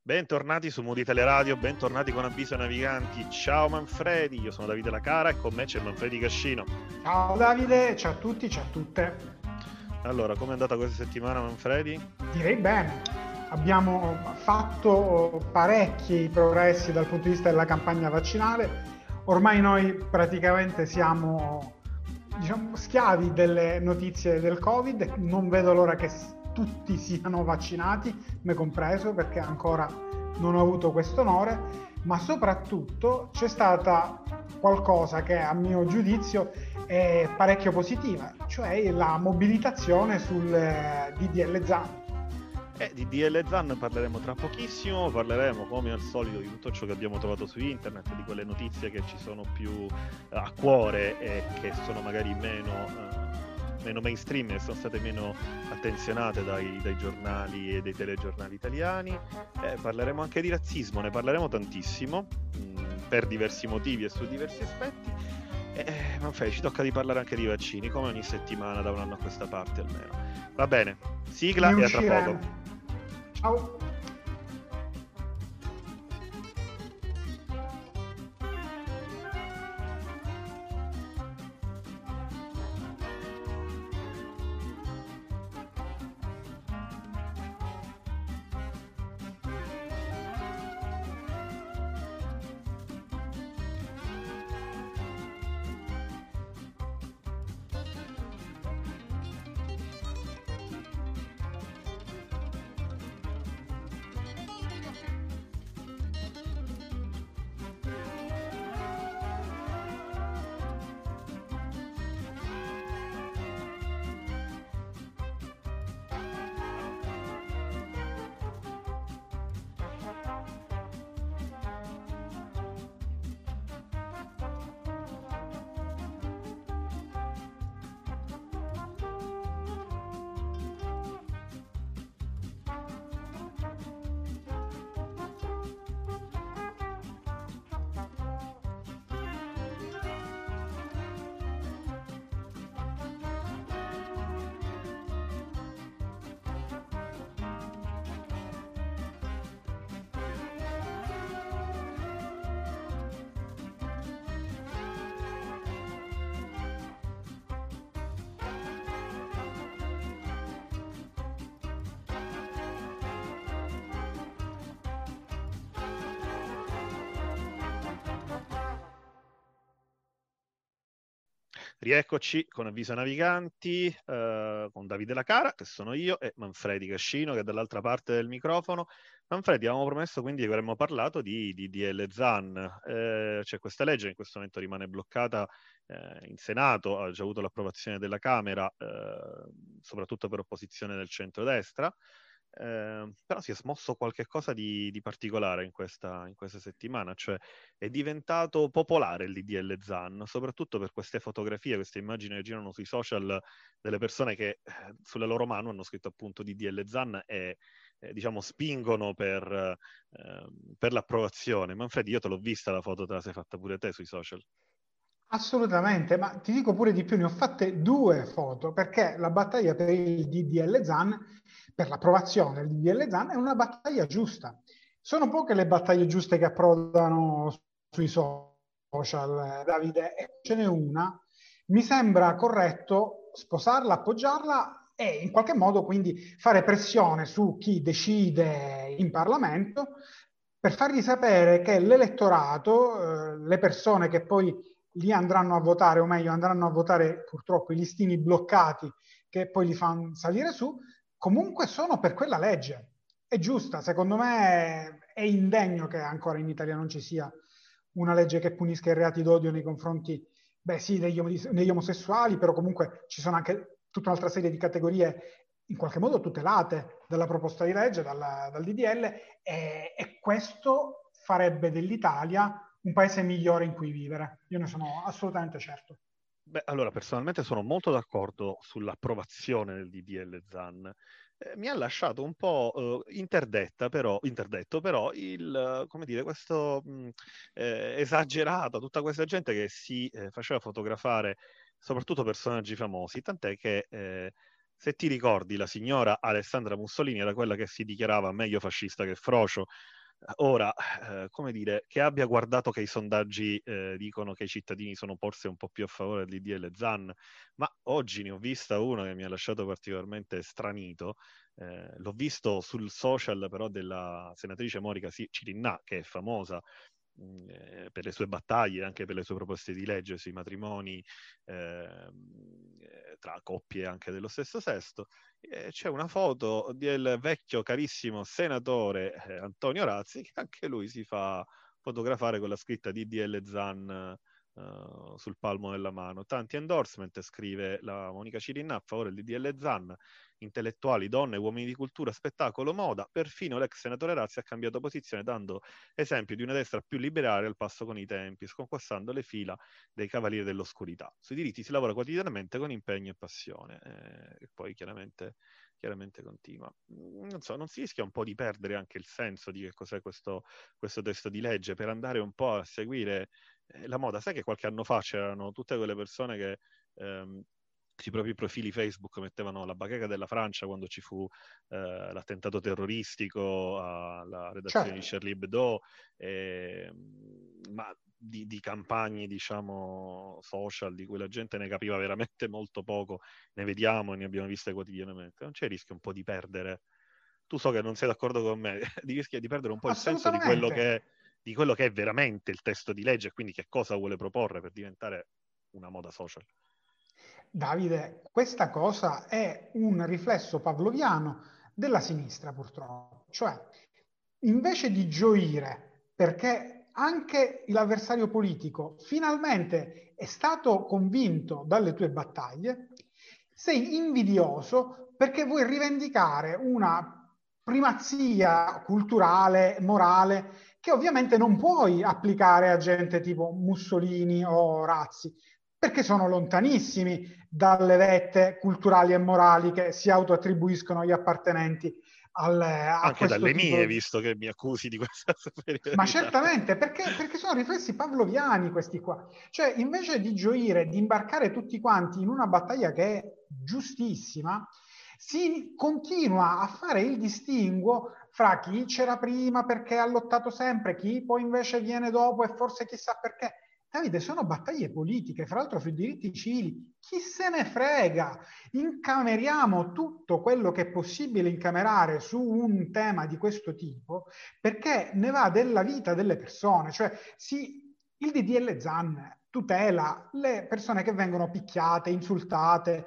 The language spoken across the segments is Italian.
Bentornati su Mood Italia Radio, bentornati con Avviso ai Naviganti. Ciao Manfredi, io sono Davide Lacara e con me c'è Manfredi Cascino. Ciao Davide, ciao a tutti, ciao a tutte. Allora, com'è andata questa settimana, Manfredi? Direi bene, abbiamo fatto parecchi progressi dal punto di vista della campagna vaccinale. Ormai noi praticamente siamo, schiavi delle notizie del Covid. Non vedo l'ora che tutti siano vaccinati, me compreso, perché ancora non ho avuto questo onore. Ma soprattutto c'è stata qualcosa che a mio giudizio è parecchio positiva, cioè la mobilitazione sul DDL Zan. Di DL Zan parleremo tra pochissimo, parleremo come al solito di tutto ciò che abbiamo trovato su internet, di quelle notizie che ci sono più a cuore e che sono magari meno mainstream e sono state meno attenzionate dai giornali e dai telegiornali italiani. Parleremo anche di razzismo, ne parleremo tantissimo per diversi motivi e su diversi aspetti. Manfredi, ci tocca di parlare anche di vaccini, come ogni settimana da un anno a questa parte almeno. Va bene, sigla e a tra poco. Ciao. Rieccoci con Avviso ai Naviganti, con Davide Lacara, che sono io, e Manfredi Cascino, che è dall'altra parte del microfono. Manfredi, avevamo promesso quindi che avremmo parlato di DDL Zan. C'è questa legge che in questo momento rimane bloccata in Senato, ha già avuto l'approvazione della Camera, soprattutto per opposizione del centrodestra. Però si è smosso qualche cosa di particolare in questa settimana, cioè è diventato popolare il DDL Zan, soprattutto per queste fotografie, queste immagini che girano sui social delle persone che sulle loro mani hanno scritto appunto DDL Zan e diciamo spingono per l'approvazione. Manfredi, io te l'ho vista la foto, te la sei fatta pure te sui social. Assolutamente, ma ti dico pure di più, ne ho fatte due foto, perché la battaglia per il DDL Zan, per l'approvazione del DDL Zan, è una battaglia giusta. Sono poche le battaglie giuste che approdano sui social, Davide, e ce n'è una. Mi sembra corretto sposarla, appoggiarla e in qualche modo quindi fare pressione su chi decide in Parlamento per fargli sapere che l'elettorato, le persone che poi lì andranno a votare, o meglio andranno a votare purtroppo i listini bloccati che poi li fanno salire su, comunque sono per quella legge. È giusta, secondo me è indegno che ancora in Italia non ci sia una legge che punisca i reati d'odio nei confronti, beh sì, degli omosessuali, però comunque ci sono anche tutta un'altra serie di categorie in qualche modo tutelate dalla proposta di legge, dal DDL, e questo farebbe dell'Italia un paese migliore in cui vivere. Io ne sono assolutamente certo. Beh, allora, personalmente sono molto d'accordo sull'approvazione del DDL Zan. Mi ha lasciato un po' interdetto però come dire, questo esagerato, tutta questa gente che si faceva fotografare, soprattutto personaggi famosi, tant'è che Se ti ricordi, la signora Alessandra Mussolini era quella che si dichiarava meglio fascista che Frocio. Ora, come dire, che abbia guardato che i sondaggi dicono che i cittadini sono forse un po' più a favore del DDL Zan, ma oggi ne ho vista una che mi ha lasciato particolarmente stranito. L'ho visto sul social però della senatrice Monica Cirinnà, che è famosa per le sue battaglie, anche per le sue proposte di legge sui matrimoni tra coppie anche dello stesso sesso. C'è una foto del vecchio carissimo senatore Antonio Razzi, che anche lui si fa fotografare con la scritta DDL Zan sul palmo della mano. Tanti endorsement, scrive la Monica Cirinna, a favore del DDL Zan, intellettuali, donne, uomini di cultura, spettacolo, moda. Perfino l'ex senatore Razzi ha cambiato posizione, dando esempio di una destra più liberale al passo con i tempi, sconquassando le fila dei cavalieri dell'oscurità. Sui diritti si lavora quotidianamente con impegno e passione. E poi chiaramente continua. Non so, non si rischia un po' di perdere anche il senso di che cos'è questo testo di legge, per andare un po' a seguire la moda? Sai che qualche anno fa c'erano tutte quelle persone che sui propri profili Facebook mettevano la bacheca della Francia quando ci fu l'attentato terroristico alla redazione di Certo. Charlie Hebdo, ma di campagne, diciamo, social, di cui la gente ne capiva veramente molto poco, ne vediamo e ne abbiamo viste quotidianamente. Non c'è il rischio un po' di perdere? Tu so che non sei d'accordo con me, di rischia di perdere un po' il senso di quello Assolutamente. che è veramente il testo di legge e quindi che cosa vuole proporre per diventare una moda social. Davide, questa cosa è un riflesso pavloviano della sinistra, purtroppo. Cioè, invece di gioire perché anche l'avversario politico finalmente è stato convinto dalle tue battaglie, sei invidioso perché vuoi rivendicare una primazia culturale, morale, che ovviamente non puoi applicare a gente tipo Mussolini o Razzi, perché sono lontanissimi dalle vette culturali e morali che si autoattribuiscono gli appartenenti a Anche questo dalle tipo mie, di... visto che mi accusi di questa Ma superiorità. certamente, perché sono riflessi pavloviani questi qua. Cioè, invece di gioire, di imbarcare tutti quanti in una battaglia che è giustissima, si continua a fare il distinguo fra chi c'era prima perché ha lottato sempre, chi poi invece viene dopo e forse chissà perché. Davide, sono battaglie politiche, fra l'altro sui diritti civili. Chi se ne frega? Incameriamo tutto quello che è possibile incamerare su un tema di questo tipo, perché ne va della vita delle persone. Cioè, il DDL Zan tutela le persone che vengono picchiate, insultate,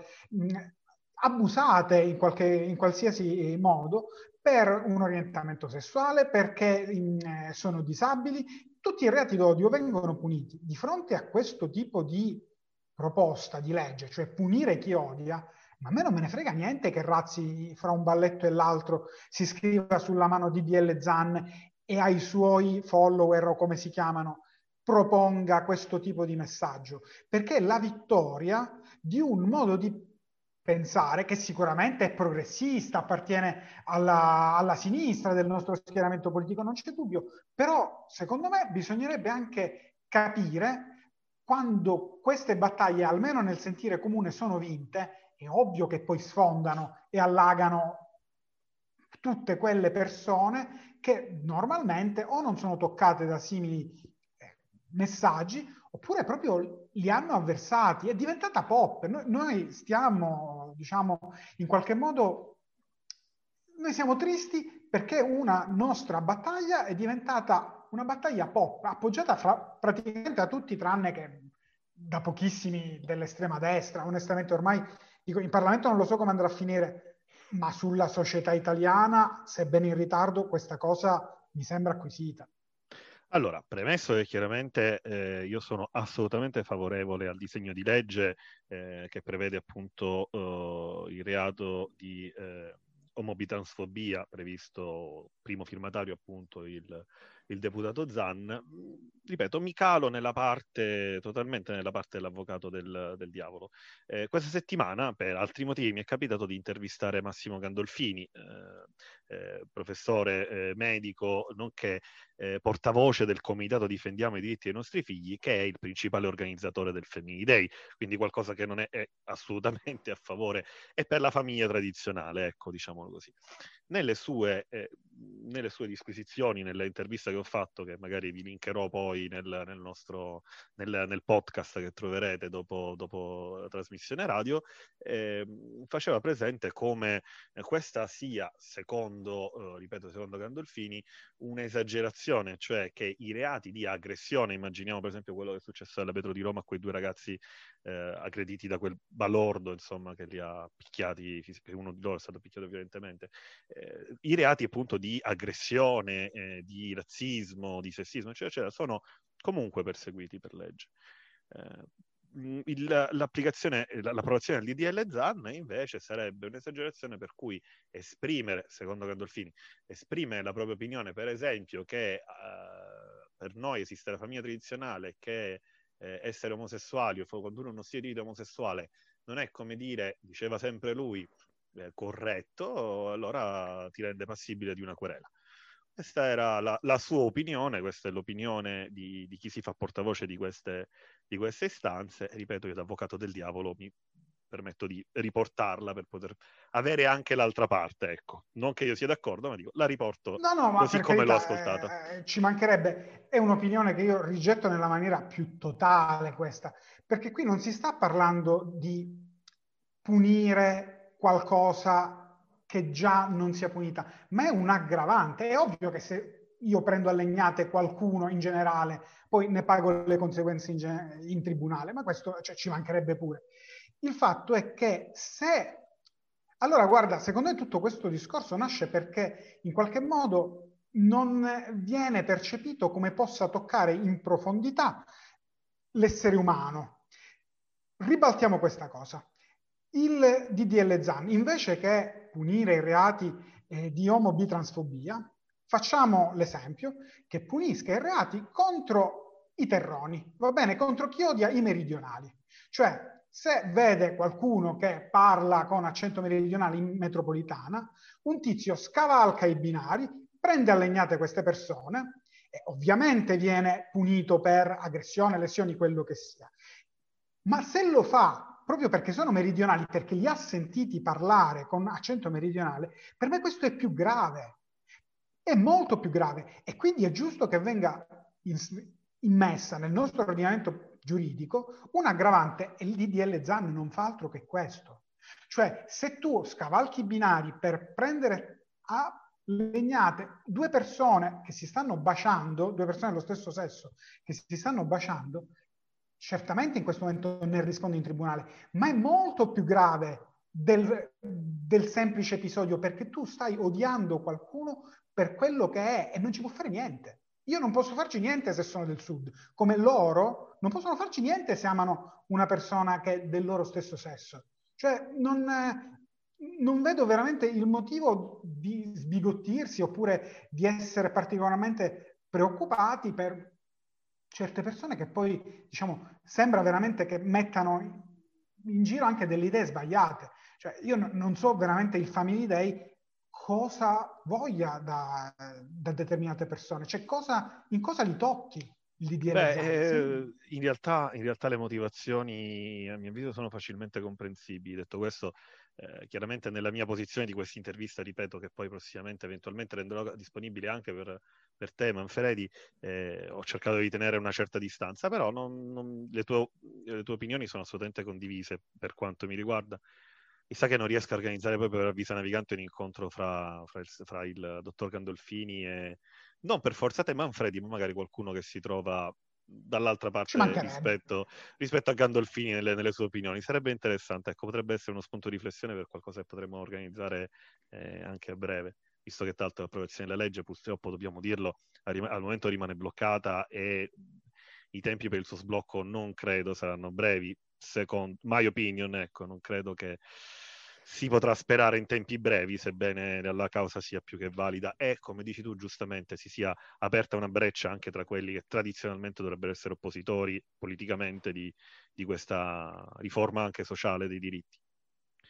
abusate in qualsiasi modo per un orientamento sessuale, perché sono disabili. Tutti i reati d'odio vengono puniti. Di fronte a questo tipo di proposta di legge, cioè punire chi odia, ma a me non me ne frega niente che Razzi fra un balletto e l'altro si scriva sulla mano di DL Zan e ai suoi follower o come si chiamano proponga questo tipo di messaggio, perché è la vittoria di un modo di pensare che sicuramente è progressista, appartiene alla sinistra del nostro schieramento politico, non c'è dubbio, però secondo me bisognerebbe anche capire quando queste battaglie, almeno nel sentire comune, sono vinte, è ovvio che poi sfondano e allagano tutte quelle persone che normalmente o non sono toccate da simili messaggi oppure proprio li hanno avversati. È diventata pop. Noi stiamo, diciamo, in qualche modo, noi siamo tristi perché una nostra battaglia è diventata una battaglia pop, appoggiata praticamente da tutti tranne che da pochissimi dell'estrema destra. Onestamente ormai dico, in Parlamento non lo so come andrà a finire, ma sulla società italiana, sebbene in ritardo, questa cosa mi sembra acquisita. Allora, premesso che chiaramente io sono assolutamente favorevole al disegno di legge che prevede appunto il reato di omobitransfobia, previsto primo firmatario appunto il deputato Zan, ripeto, mi calo totalmente nella parte dell'avvocato del diavolo. Questa settimana, per altri motivi, mi è capitato di intervistare Massimo Gandolfini, professore medico, nonché portavoce del comitato Difendiamo i diritti dei nostri figli, che è il principale organizzatore del Family Day, quindi qualcosa che non è assolutamente a favore e per la famiglia tradizionale, ecco, diciamolo così. Nelle sue disquisizioni, nelle interviste che ho fatto, che magari vi linkerò poi nel podcast che troverete dopo la trasmissione radio, faceva presente come questa sia, secondo Gandolfini, un'esagerazione, cioè che i reati di aggressione, immaginiamo per esempio quello che è successo alla Metro di Roma a quei 2 ragazzi aggrediti da quel balordo, insomma, che li ha picchiati, che uno di loro è stato picchiato violentemente, i reati appunto di aggressione, di razzismo, di sessismo, eccetera, sono comunque perseguiti per legge. L'approvazione del DDL Zan invece sarebbe un'esagerazione per cui esprimere, secondo Gandolfini, esprimere la propria opinione, per esempio, che per noi esiste la famiglia tradizionale, che essere omosessuali o condurre uno stile di vita omosessuale non è, come dire, diceva sempre lui, corretto, allora ti rende passibile di una querela. Questa era la sua opinione, questa è l'opinione di chi si fa portavoce di queste istanze. E ripeto, io da avvocato del diavolo mi permetto di riportarla per poter avere anche l'altra parte, ecco. Non che io sia d'accordo, ma dico, la riporto No, ma così per come l'ho carità, ascoltata. ci mancherebbe. È un'opinione che io rigetto nella maniera più totale questa, perché qui non si sta parlando di punire qualcosa che già non sia punita, ma è un aggravante. È ovvio che se io prendo a legnate qualcuno in generale, poi ne pago le conseguenze in tribunale, ma questo cioè, ci mancherebbe pure. Il fatto è che se... Allora, guarda, secondo me tutto questo discorso nasce perché in qualche modo non viene percepito come possa toccare in profondità l'essere umano. Ribaltiamo questa cosa. Il DDL Zan, invece che punire i reati di omo-bitransfobia, facciamo l'esempio che punisca i reati contro i terroni, va bene? Contro chi odia i meridionali. Cioè, se vede qualcuno che parla con accento meridionale in metropolitana, un tizio scavalca i binari, prende a legnate queste persone e ovviamente viene punito per aggressione, lesioni, quello che sia. Ma se lo fa proprio perché sono meridionali, perché li ha sentiti parlare con accento meridionale, per me questo è più grave, è molto più grave e quindi è giusto che venga immessa nel nostro ordinamento giuridico un'aggravante e il DDL Zan non fa altro che questo. Cioè, se tu scavalchi i binari per prendere a legnate 2 persone che si stanno baciando, 2 persone dello stesso sesso che si stanno baciando, certamente in questo momento ne rispondo in tribunale, ma è molto più grave del semplice episodio perché tu stai odiando qualcuno per quello che è e non ci può fare niente. Io non posso farci niente se sono del sud, come loro non possono farci niente se amano una persona che è del loro stesso sesso. Cioè, non vedo veramente il motivo di sbigottirsi oppure di essere particolarmente preoccupati per certe persone che poi, diciamo, sembra veramente che mettano in giro anche delle idee sbagliate. Cioè, io non so veramente il Family Day cosa voglia da determinate persone, cioè in cosa li tocchi il DDL Zan. Sì. In realtà le motivazioni, a mio avviso, sono facilmente comprensibili. Detto questo, chiaramente nella mia posizione di questa intervista, ripeto che poi prossimamente eventualmente renderò disponibile anche per te, Manfredi, ho cercato di tenere una certa distanza, però le tue opinioni sono assolutamente condivise per quanto mi riguarda. Chissà che non riesca a organizzare proprio per Avvisa Navigante un incontro fra il dottor Gandolfini e non per forza te Manfredi, ma magari qualcuno che si trova dall'altra Ci parte mancherebbe. rispetto a Gandolfini nelle sue opinioni. Sarebbe interessante, ecco, potrebbe essere uno spunto di riflessione per qualcosa che potremmo organizzare anche a breve, visto che tra l'altro l'approvazione della legge, purtroppo dobbiamo dirlo, al momento rimane bloccata e i tempi per il suo sblocco non credo saranno brevi, secondo my opinion, ecco, non credo che si potrà sperare in tempi brevi, sebbene la causa sia più che valida e, come dici tu giustamente, si sia aperta una breccia anche tra quelli che tradizionalmente dovrebbero essere oppositori politicamente di questa riforma anche sociale dei diritti.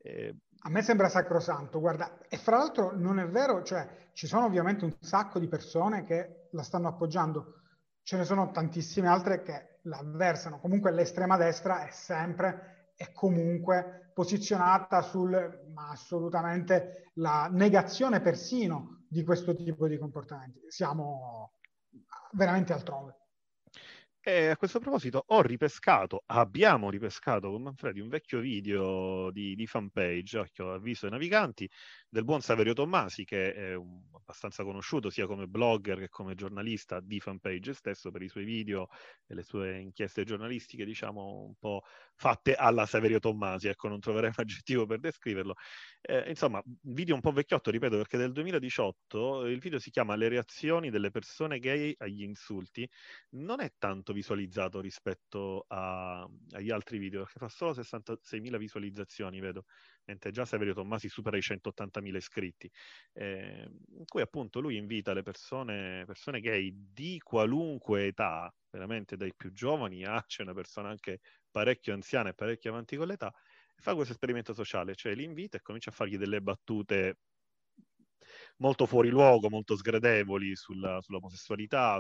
A me sembra sacrosanto, guarda, e fra l'altro non è vero, cioè ci sono ovviamente un sacco di persone che la stanno appoggiando, ce ne sono tantissime altre che la avversano. Comunque l'estrema destra è sempre e comunque posizionata ma assolutamente la negazione persino di questo tipo di comportamenti. Siamo veramente altrove. E a questo proposito abbiamo ripescato con Manfredi un vecchio video di fanpage, occhio, Avviso ai naviganti, del buon Saverio Tommasi, che è abbastanza conosciuto sia come blogger che come giornalista di fanpage stesso per i suoi video e le sue inchieste giornalistiche, diciamo, un po' fatte alla Saverio Tommasi, ecco, non troverei un aggettivo per descriverlo. Insomma, un video un po' vecchiotto, ripeto, perché del 2018, il video si chiama Le reazioni delle persone gay agli insulti. Non è tanto visualizzato rispetto agli altri video, perché fa solo 66.000 visualizzazioni, vedo, mentre già Saverio Tommasi supera i 180.000 iscritti, in cui appunto lui invita le persone gay di qualunque età, veramente dai più giovani c'è una persona anche parecchio anziana e parecchio avanti con l'età, e fa questo esperimento sociale, cioè li invita e comincia a fargli delle battute molto fuori luogo, molto sgradevoli sull'omosessualità,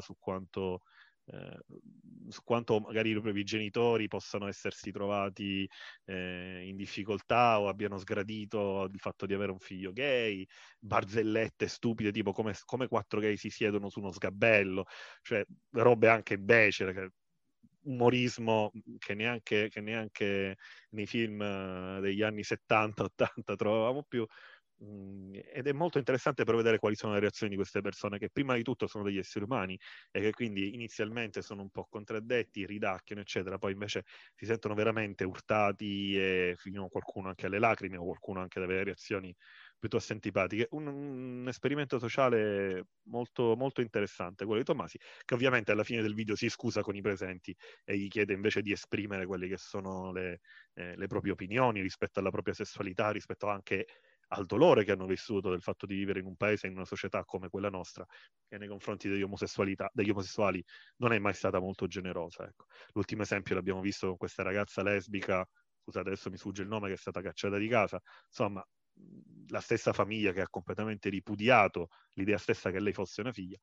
eh, su quanto magari i propri genitori possano essersi trovati in difficoltà o abbiano sgradito il fatto di avere un figlio gay, barzellette stupide tipo come quattro gay si siedono su uno sgabello, cioè robe anche becere, umorismo che neanche nei film degli anni 70-80 trovavamo più. Ed è molto interessante per vedere quali sono le reazioni di queste persone, che prima di tutto sono degli esseri umani e che quindi inizialmente sono un po' contraddetti, ridacchiano, eccetera, poi invece si sentono veramente urtati e fino a qualcuno anche alle lacrime o qualcuno anche ad avere reazioni piuttosto antipatiche. Un esperimento sociale molto, molto interessante, quello di Tommasi, che ovviamente alla fine del video si scusa con i presenti e gli chiede invece di esprimere quelle che sono le proprie opinioni rispetto alla propria sessualità, rispetto anche al dolore che hanno vissuto del fatto di vivere in un paese, in una società come quella nostra, che nei confronti degli omosessuali non è mai stata molto generosa. Ecco. L'ultimo esempio l'abbiamo visto con questa ragazza lesbica, scusate adesso mi sfugge il nome, che è stata cacciata di casa, insomma la stessa famiglia che ha completamente ripudiato l'idea stessa che lei fosse una figlia.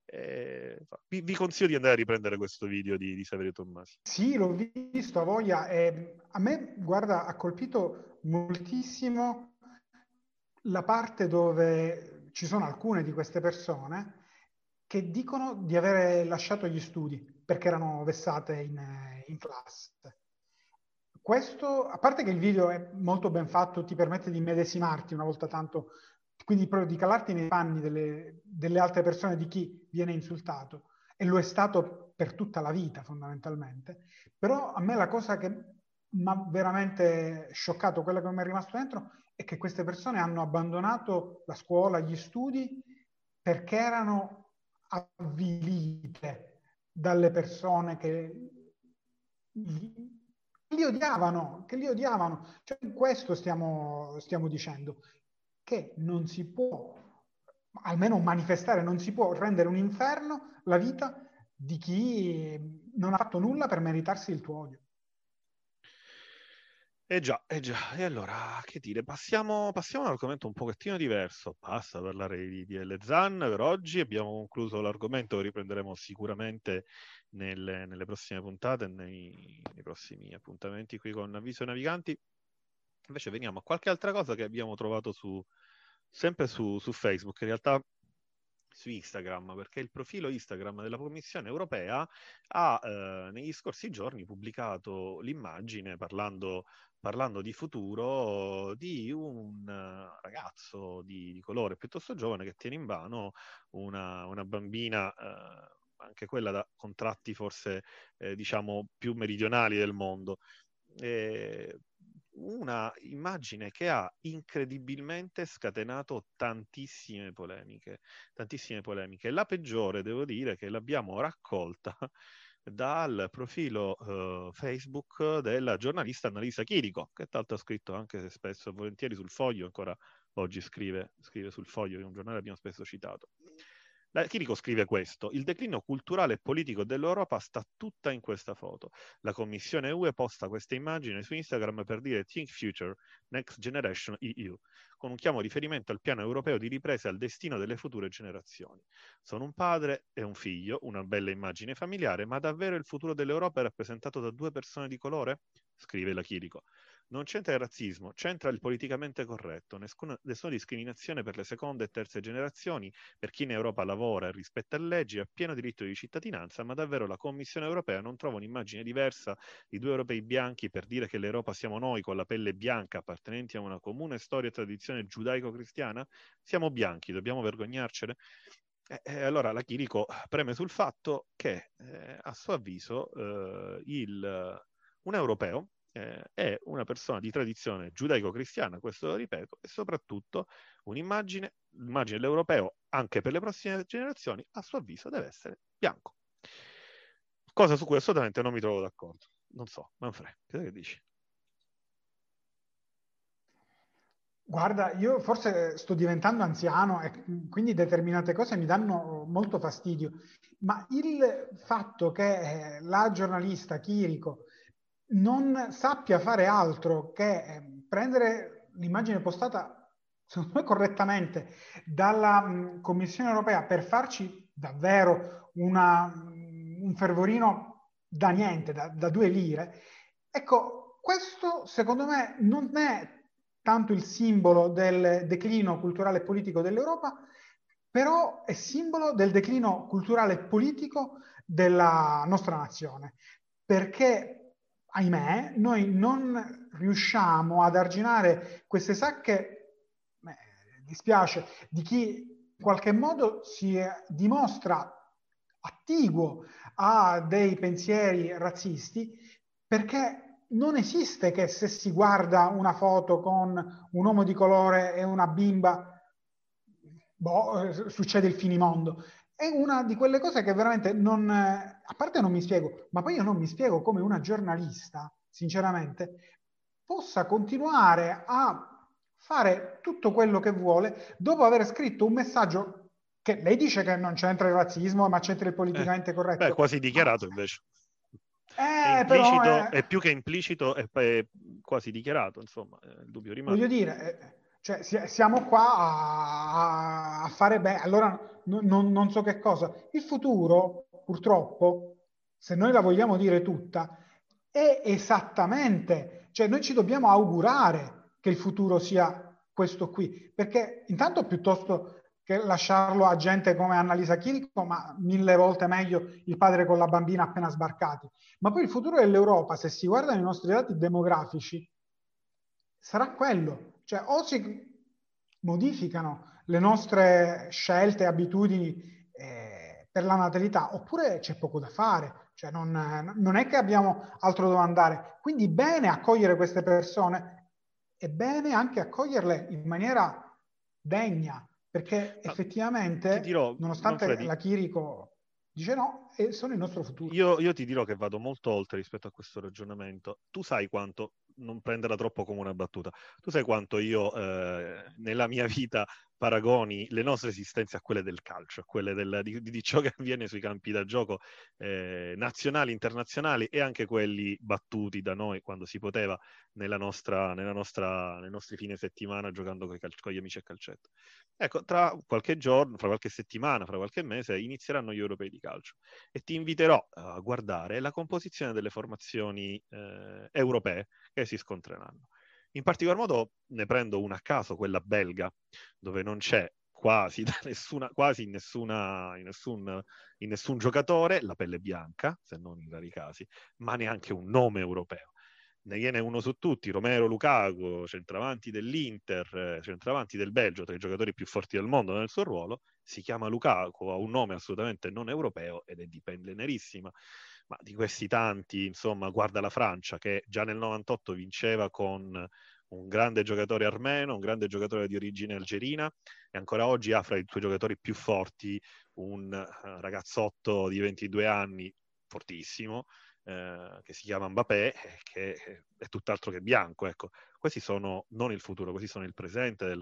Vi consiglio di andare a riprendere questo video di Saverio Tommasi. Sì, l'ho visto a voglia. A me, guarda, ha colpito moltissimo la parte dove ci sono alcune di queste persone che dicono di avere lasciato gli studi perché erano vessate in classe. Questo, a parte che il video è molto ben fatto, ti permette di medesimarti una volta tanto, quindi proprio di calarti nei panni delle altre persone, di chi viene insultato, e lo è stato per tutta la vita fondamentalmente. Però a me la cosa che mi ha veramente scioccato, quella che mi è rimasto dentro, è che queste persone hanno abbandonato la scuola, gli studi, perché erano avvilite dalle persone che li odiavano. Cioè, questo stiamo dicendo, che non si può, almeno manifestare, non si può rendere un inferno la vita di chi non ha fatto nulla per meritarsi il tuo odio. Già, eh già. E allora, che dire, passiamo a un argomento un pochettino diverso. Basta parlare di Zan per oggi. Abbiamo concluso l'argomento, lo riprenderemo sicuramente nelle prossime puntate, nei prossimi appuntamenti qui con Avviso ai Naviganti. Invece veniamo a qualche altra cosa che abbiamo trovato sempre su Facebook, in realtà su Instagram, perché il profilo Instagram della Commissione europea ha negli scorsi giorni pubblicato l'immagine parlando di futuro di un ragazzo di colore piuttosto giovane che tiene in mano una bambina, anche quella con tratti forse diciamo più meridionali del mondo. Una immagine che ha incredibilmente scatenato tantissime polemiche. La peggiore, devo dire, che l'abbiamo raccolta dal profilo Facebook della giornalista Annalisa Chirico, che tanto ha scritto anche spesso e volentieri sul Foglio, ancora oggi scrive sul Foglio, che è un giornale che abbiamo spesso citato. Chirico scrive questo: il declino culturale e politico dell'Europa sta tutta in questa foto. La Commissione UE posta queste immagini su Instagram per dire Think Future, Next Generation EU, con un chiamo riferimento al piano europeo di ripresa e al destino delle future generazioni. Sono un padre e un figlio, una bella immagine familiare, ma davvero il futuro dell'Europa è rappresentato da due persone di colore? Scrive la Chirico. Non c'entra il razzismo, c'entra il politicamente corretto, nessuna discriminazione per le seconde e terze generazioni, per chi in Europa lavora e rispetta le leggi ha pieno diritto di cittadinanza, ma davvero la Commissione europea non trova un'immagine diversa di due europei bianchi per dire che l'Europa siamo noi con la pelle bianca appartenenti a una comune storia e tradizione giudaico-cristiana? Siamo bianchi, dobbiamo vergognarcene? Allora la Chirico preme sul fatto che a suo avviso un europeo è una persona di tradizione giudaico-cristiana, questo lo ripeto, e soprattutto l'immagine dell'europeo, anche per le prossime generazioni, a suo avviso deve essere bianco. Cosa su cui assolutamente non mi trovo d'accordo. Non so, Manfred, che dici? Guarda, io forse sto diventando anziano e quindi determinate cose mi danno molto fastidio, ma il fatto che la giornalista Chirico non sappia fare altro che prendere l'immagine postata, secondo me correttamente, dalla Commissione europea per farci davvero un fervorino da niente, da 2 lire, ecco, questo secondo me non è tanto il simbolo del declino culturale e politico dell'Europa, però è simbolo del declino culturale e politico della nostra nazione, perché, ahimè, noi non riusciamo ad arginare queste sacche, dispiace, di chi in qualche modo si dimostra attiguo a dei pensieri razzisti, perché non esiste che se si guarda una foto con un uomo di colore e una bimba, succede il finimondo. È una di quelle cose che veramente non, a parte non mi spiego, ma poi io non mi spiego come una giornalista, sinceramente, possa continuare a fare tutto quello che vuole dopo aver scritto un messaggio che lei dice che non c'entra il razzismo, ma c'entra il politicamente Beh, corretto. quasi dichiarato invece. È Però implicito, è più che implicito, è quasi dichiarato, insomma, il dubbio rimane. voglio dire, cioè, siamo qua a fare bene, allora non so che cosa. Il futuro, purtroppo, se noi la vogliamo dire tutta, è esattamente, cioè noi ci dobbiamo augurare che il futuro sia questo qui, perché intanto piuttosto che lasciarlo a gente come Annalisa Chirico, ma 1000 volte meglio il padre con la bambina appena sbarcati. Ma poi il futuro dell'Europa, se si guardano i nostri dati demografici, sarà quello. Cioè, o si modificano le nostre scelte e abitudini per la natalità, oppure c'è poco da fare. Cioè, non è che abbiamo altro dove andare. Quindi bene accogliere queste persone e bene anche accoglierle in maniera degna, perché Ti effettivamente, dirò, nonostante Manfredi, la Chirico dice no, sono il nostro futuro. io ti dirò che vado molto oltre rispetto a questo ragionamento. Tu sai quanto, non prenderla troppo come una battuta, tu sai quanto io nella mia vita paragoni le nostre esistenze a quelle del calcio, a quelle di ciò che avviene sui campi da gioco nazionali, internazionali e anche quelli battuti da noi quando si poteva nei nostri fine settimana giocando con gli amici a calcetto. Ecco, tra qualche giorno, fra qualche settimana, fra qualche mese inizieranno gli europei di calcio e ti inviterò a guardare la composizione delle formazioni europee che si scontreranno. In particolar modo ne prendo una a caso, quella belga, dove non c'è quasi, in nessun giocatore la pelle bianca, se non in rari casi, ma neanche un nome europeo. Ne viene uno su tutti, Romero Lukaku, centravanti dell'Inter, centravanti del Belgio, tra i giocatori più forti del mondo nel suo ruolo, si chiama Lukaku, ha un nome assolutamente non europeo ed è di pelle nerissima. Ma di questi tanti, insomma, guarda la Francia che già nel 98 vinceva con un grande giocatore armeno, un grande giocatore di origine algerina e ancora oggi ha fra i suoi giocatori più forti un ragazzotto di 22 anni, fortissimo, che si chiama Mbappé, che è tutt'altro che bianco. Ecco. Questi sono non il futuro, questi sono il presente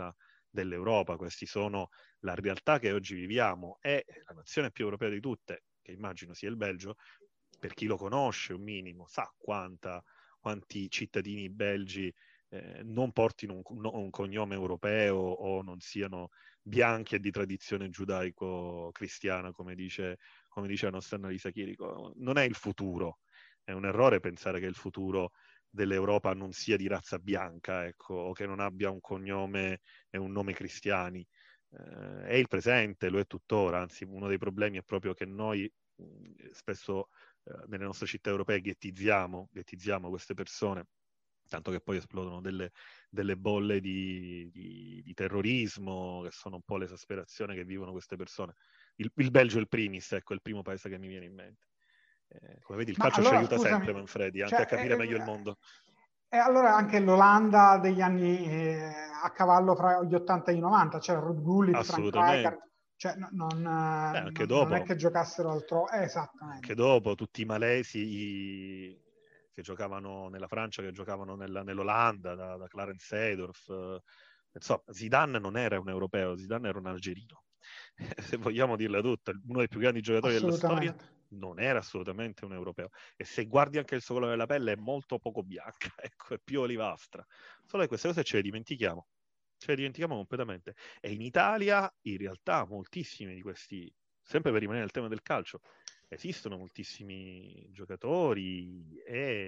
dell'Europa, questi sono la realtà che oggi viviamo, e la nazione più europea di tutte, che immagino sia il Belgio, per chi lo conosce un minimo, sa quanti cittadini belgi non portino un cognome europeo o non siano bianchi e di tradizione giudaico-cristiana, come dice la nostra Annalisa Chirico. Non è il futuro, è un errore pensare che il futuro dell'Europa non sia di razza bianca, ecco, o che non abbia un cognome e un nome cristiani. È il presente, lo è tuttora, anzi uno dei problemi è proprio che noi spesso nelle nostre città europee ghettizziamo queste persone, tanto che poi esplodono delle bolle di terrorismo, che sono un po' l'esasperazione che vivono queste persone. Il Belgio è il primis, ecco, è il primo paese che mi viene in mente. Come vedi, il Ma calcio ci allora, aiuta scusami, sempre, Manfredi, anche a cioè, capire meglio il mondo. e allora anche l'Olanda degli anni a cavallo fra gli 80 e i 90, c'era Ruud Gullit, Frank Assolutamente. Rijkaard, cioè Anche non è dopo, che giocassero altro, esattamente. tutti i malesi che giocavano nella Francia, che giocavano nell'Olanda, da Clarence Seedorf. Insomma, Zidane non era un europeo, Zidane era un algerino. Se vogliamo dirla tutta, uno dei più grandi giocatori della storia Assolutamente. non era assolutamente un europeo. E se guardi anche il suo colore della pelle è molto poco bianca, ecco, è più olivastra. Solo che queste cose ce le dimentichiamo. Ce le dimentichiamo completamente. E in Italia, in realtà, moltissimi di questi, sempre per rimanere al tema del calcio, esistono moltissimi giocatori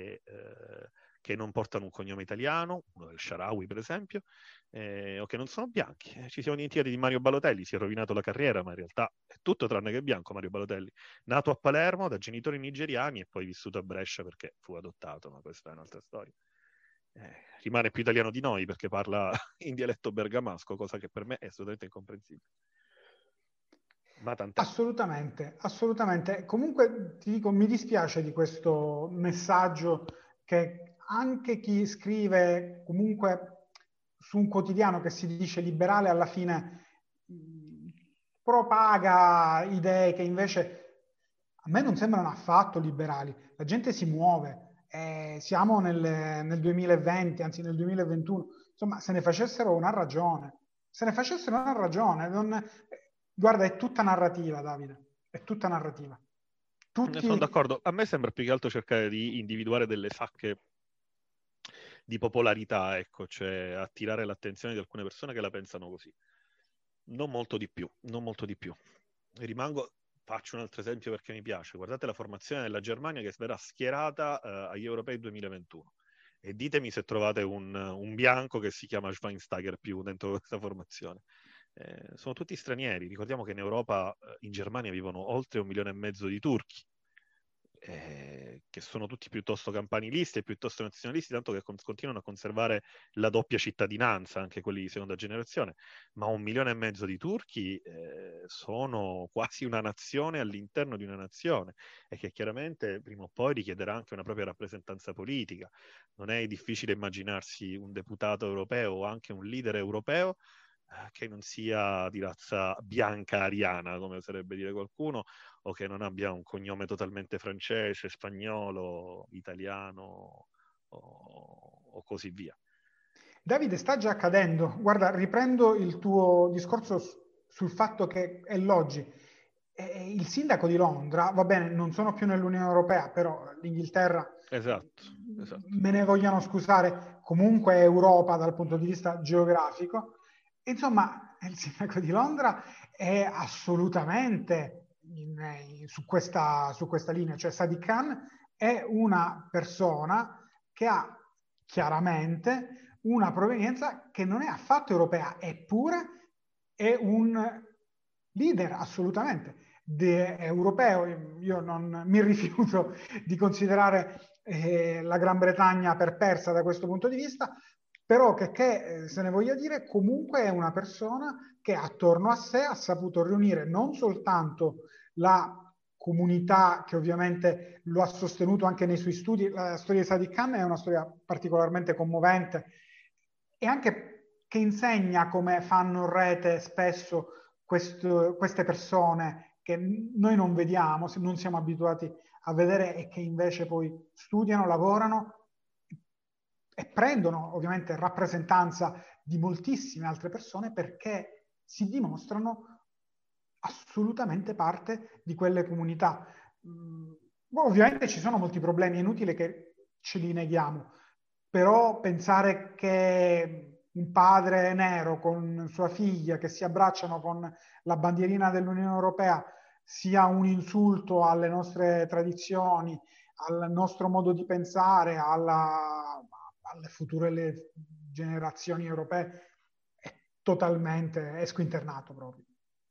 che non portano un cognome italiano, uno del Shaarawy per esempio, o che non sono bianchi. Ci siamo dimenticati di Mario Balotelli, si è rovinato la carriera, ma in realtà è tutto tranne che bianco Mario Balotelli. Nato a Palermo da genitori nigeriani e poi vissuto a Brescia perché fu adottato, ma questa è un'altra storia. Rimane più italiano di noi perché parla in dialetto bergamasco, cosa che per me è assolutamente incomprensibile. Ma tant'è. Assolutamente, assolutamente. Comunque ti dico, mi dispiace di questo messaggio che anche chi scrive comunque su un quotidiano che si dice liberale alla fine propaga idee che invece a me non sembrano affatto liberali. La gente si muove, siamo nel 2020, anzi nel 2021. Insomma, se ne facessero una ragione. Se ne facessero una ragione. Guarda, è tutta narrativa, Davide. È tutta narrativa. Sono Tutti... d'accordo. A me sembra più che altro cercare di individuare delle sacche di popolarità, ecco, cioè attirare l'attenzione di alcune persone che la pensano così. Non molto di più, non molto di più. Faccio un altro esempio perché mi piace. Guardate la formazione della Germania che verrà schierata agli europei 2021. E ditemi se trovate un bianco che si chiama Schweinsteiger più dentro questa formazione. Sono tutti stranieri. Ricordiamo che in Europa, in Germania, vivono oltre 1,5 milioni di turchi, che sono tutti piuttosto campanilisti e piuttosto nazionalisti, tanto che continuano a conservare la doppia cittadinanza, anche quelli di seconda generazione. Ma 1,5 milioni di turchi sono quasi una nazione all'interno di una nazione, e che chiaramente prima o poi richiederà anche una propria rappresentanza politica. Non è difficile immaginarsi un deputato europeo o anche un leader europeo che non sia di razza bianca ariana, come oserebbe dire qualcuno, o che non abbia un cognome totalmente francese, spagnolo, italiano o così via. Davide, sta già accadendo. Guarda, riprendo il tuo discorso sul fatto che è l'oggi. Il sindaco di Londra, va bene, non sono più nell'Unione Europea, però l'Inghilterra, Esatto, esatto. me ne vogliano scusare, comunque è Europa dal punto di vista geografico. Insomma, il sindaco di Londra è assolutamente su questa linea, cioè Sadiq Khan è una persona che ha chiaramente una provenienza che non è affatto europea, eppure è un leader assolutamente europeo. Io non mi rifiuto di considerare la Gran Bretagna per persa da questo punto di vista, però che se ne voglia dire, comunque è una persona che attorno a sé ha saputo riunire non soltanto la comunità che ovviamente lo ha sostenuto anche nei suoi studi. La storia di Sadiq Khan è una storia particolarmente commovente e anche che insegna come fanno rete spesso queste persone che noi non vediamo, non siamo abituati a vedere e che invece poi studiano, lavorano e prendono ovviamente rappresentanza di moltissime altre persone perché si dimostrano assolutamente parte di quelle comunità. Ovviamente ci sono molti problemi, è inutile che ce li neghiamo, però pensare che un padre nero con sua figlia che si abbracciano con la bandierina dell'Unione Europea sia un insulto alle nostre tradizioni, al nostro modo di pensare, alle future generazioni europee, è squinternato proprio.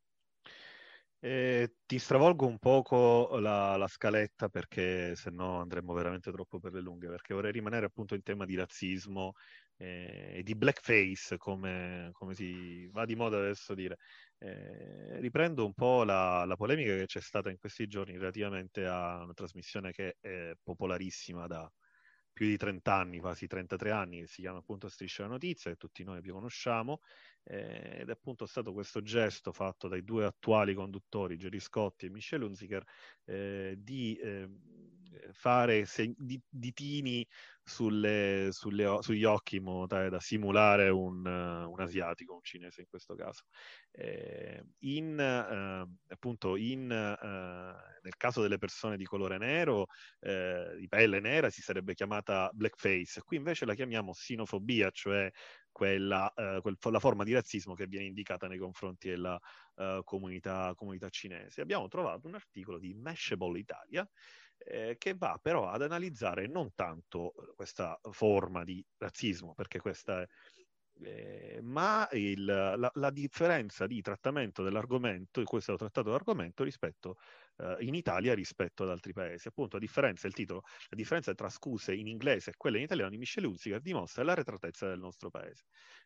Ti stravolgo un poco la scaletta perché se no andremo veramente troppo per le lunghe, perché vorrei rimanere appunto in tema di razzismo e di blackface, come si va di moda adesso dire. Riprendo un po' la polemica che c'è stata in questi giorni relativamente a una trasmissione che è popolarissima da più di 30 anni, quasi 33 anni, che si chiama appunto Striscia la Notizia, che tutti noi più conosciamo, ed è appunto stato questo gesto fatto dai due attuali conduttori, Gerry Scotti e Michelle Hunziker, di fare ditini sugli occhi in modo tale da simulare un asiatico, un cinese in questo caso. Appunto nel caso delle persone di colore nero, di pelle nera, si sarebbe chiamata blackface. Qui invece la chiamiamo sinofobia, cioè la forma di razzismo che viene indicata nei confronti della comunità cinese. Abbiamo trovato un articolo di Mashable Italia che va però ad analizzare non tanto questa forma di razzismo, perché questa è ma la differenza di trattamento dell'argomento, di cui è stato trattato l'argomento rispetto in Italia rispetto ad altri paesi. Appunto, il titolo, la differenza tra scuse in inglese e quelle in italiano di Michelle Hunziker dimostra l'arretratezza del nostro paese.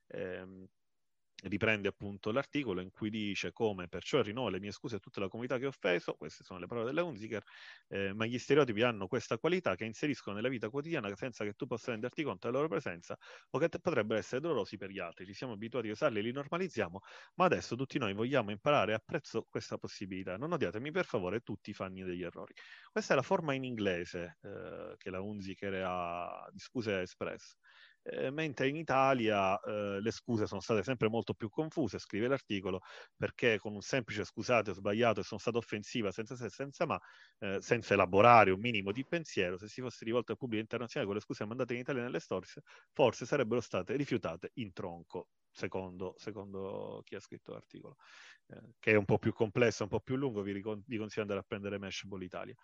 Riprende appunto l'articolo in cui dice come perciò rinnovo le mie scuse a tutta la comunità che ho offeso, queste sono le parole della Hunziker, ma gli stereotipi hanno questa qualità che inseriscono nella vita quotidiana senza che tu possa renderti conto della loro presenza o che potrebbero essere dolorosi per gli altri. Ci siamo abituati a usarli e li normalizziamo, ma adesso tutti noi vogliamo imparare e apprezzo questa possibilità. Non odiatemi per favore, tutti fanno degli errori. Questa è la forma in inglese che la Hunziker ha di scuse ha espresso. Mentre in Italia le scuse sono state sempre molto più confuse, scrive l'articolo, perché con un semplice scusate ho sbagliato e sono stata offensiva senza se senza ma, senza elaborare un minimo di pensiero, se si fosse rivolto al pubblico internazionale con le scuse mandate in Italia nelle stories, forse sarebbero state rifiutate in tronco, secondo chi ha scritto l'articolo, che è un po' più complesso, un po' più lungo, vi consiglio di andare a prendere Mashable Italia.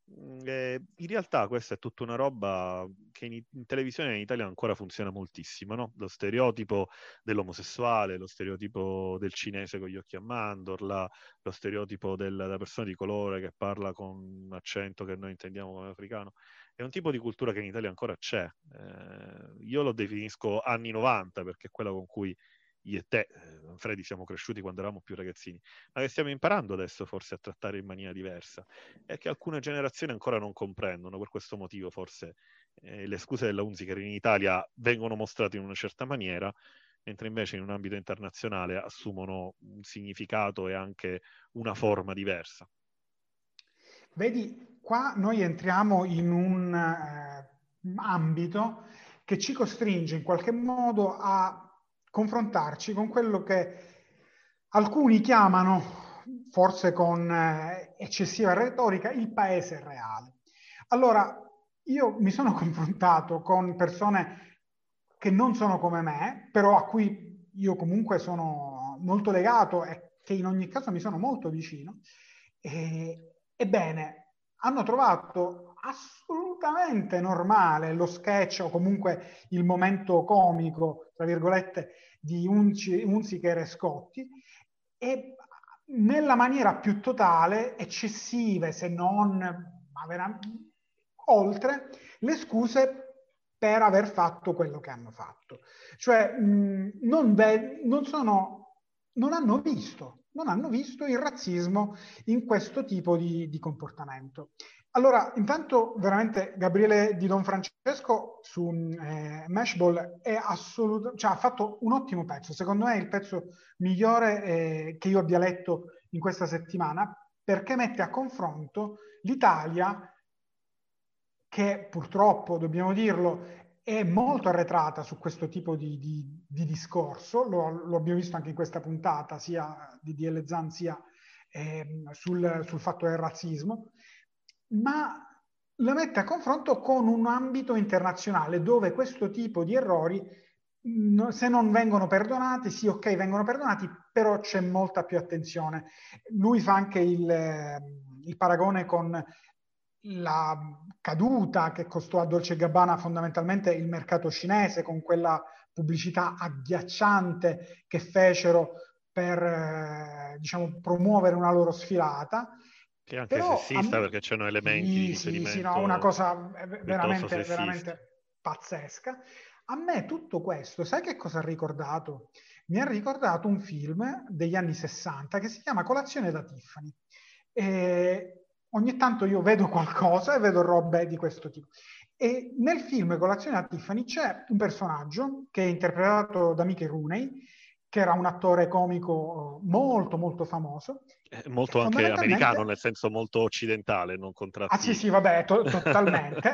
In realtà questa è tutta una roba che in televisione in Italia ancora funziona moltissimo, no? Lo stereotipo dell'omosessuale, lo stereotipo del cinese con gli occhi a mandorla, lo stereotipo della persona di colore che parla con un accento che noi intendiamo come africano. È un tipo di cultura che in Italia ancora c'è. Io lo definisco anni 90 perché è quella con cui io e te, Freddy, siamo cresciuti quando eravamo più ragazzini, ma che stiamo imparando adesso forse a trattare in maniera diversa e che alcune generazioni ancora non comprendono. Per questo motivo forse le scuse della Hunziker in Italia vengono mostrate in una certa maniera, mentre invece in un ambito internazionale assumono un significato e anche una forma diversa. Vedi, qua noi entriamo in un ambito che ci costringe in qualche modo a confrontarci con quello che alcuni chiamano, forse con eccessiva retorica, il paese reale. Allora, io mi sono confrontato con persone che non sono come me, però a cui io comunque sono molto legato e che in ogni caso mi sono molto vicino. Ebbene, hanno trovato assolutamente normale lo sketch o comunque il momento comico, tra virgolette, di Hunziker e Scotti e nella maniera più totale, eccessive, se non oltre, le scuse per aver fatto quello che hanno fatto. Cioè, non hanno visto il razzismo in questo tipo di comportamento. Allora, intanto veramente Gabriele Di Don Francesco su Mashable è cioè, ha fatto un ottimo pezzo, secondo me è il pezzo migliore che io abbia letto in questa settimana, perché mette a confronto l'Italia, che purtroppo, dobbiamo dirlo, è molto arretrata su questo tipo di discorso, lo abbiamo visto anche in questa puntata, sia di DL Zan sia sul fatto del razzismo, ma la mette a confronto con un ambito internazionale dove questo tipo di errori, se non vengono perdonati, sì, ok, vengono perdonati, però c'è molta più attenzione. Lui fa anche il paragone con la caduta che costò a Dolce Gabbana fondamentalmente il mercato cinese, con quella pubblicità agghiacciante che fecero per diciamo, promuovere una loro sfilata. Che è anche Però sessista perché c'erano elementi di sì, no, una riferimento cosa piuttosto veramente, sessisti. veramente pazzesca. A me tutto questo, sai che cosa ha ricordato? Mi ha ricordato un film degli anni 60 che si chiama Colazione da Tiffany. E ogni tanto io vedo qualcosa e vedo robe di questo tipo. E nel film Colazione da Tiffany c'è un personaggio che è interpretato da Mickey Rooney, che era un attore comico molto molto famoso, È che molto anche americano, nel fondamentalmente senso molto occidentale, non ah sì, contratti. sì, vabbè, totalmente.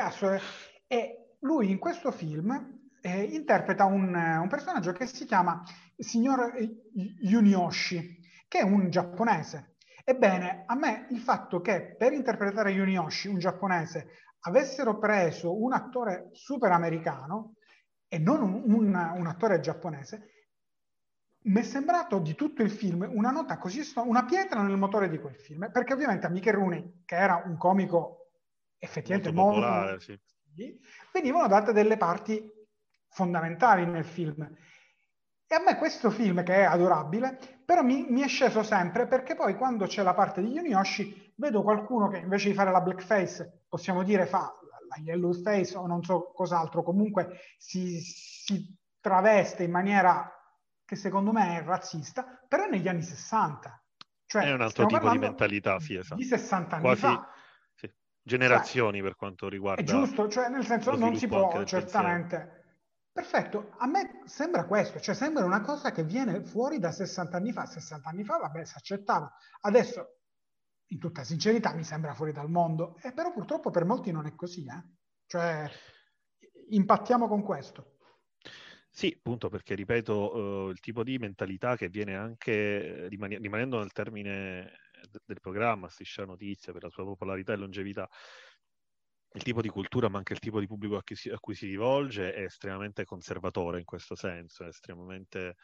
E lui in questo film interpreta un personaggio che si chiama signor Yunioshi, che è un giapponese. Ebbene, a me il fatto che per interpretare Yunioshi, un giapponese, avessero preso un attore super americano e non un attore giapponese, mi è sembrato di tutto il film una nota così, una pietra nel motore di quel film, perché ovviamente a Mickey Rooney, che era un comico effettivamente Molto popolare, molto, sì. venivano date delle parti fondamentali nel film. E a me questo film, che è adorabile, però mi è sceso sempre, perché poi quando c'è la parte di Yunioshi, vedo qualcuno che invece di fare la blackface, possiamo dire fa la yellow face o non so cos'altro, comunque si traveste in maniera che secondo me è razzista, però è negli anni 60. È Cioè, un altro stiamo tipo di parlando mentalità, sì, di esatto. 60 anni Quasi fa. sì, Cioè, generazioni per quanto è riguarda giusto, cioè nel senso lo non si sviluppo anche può del pensiero. certamente... Perfetto, a me sembra questo, cioè sembra una cosa che viene fuori da 60 anni fa. 60 anni fa, vabbè, si accettava. Adesso, in tutta sincerità, mi sembra fuori dal mondo. Però purtroppo per molti non è così, eh? Cioè, impattiamo con questo. Sì, appunto perché, ripeto, il tipo di mentalità che viene anche, rimanendo nel termine del programma, Striscia la Notizia, per la sua popolarità e longevità, il tipo di cultura, ma anche il tipo di pubblico a cui si rivolge è estremamente conservatore in questo senso, è estremamente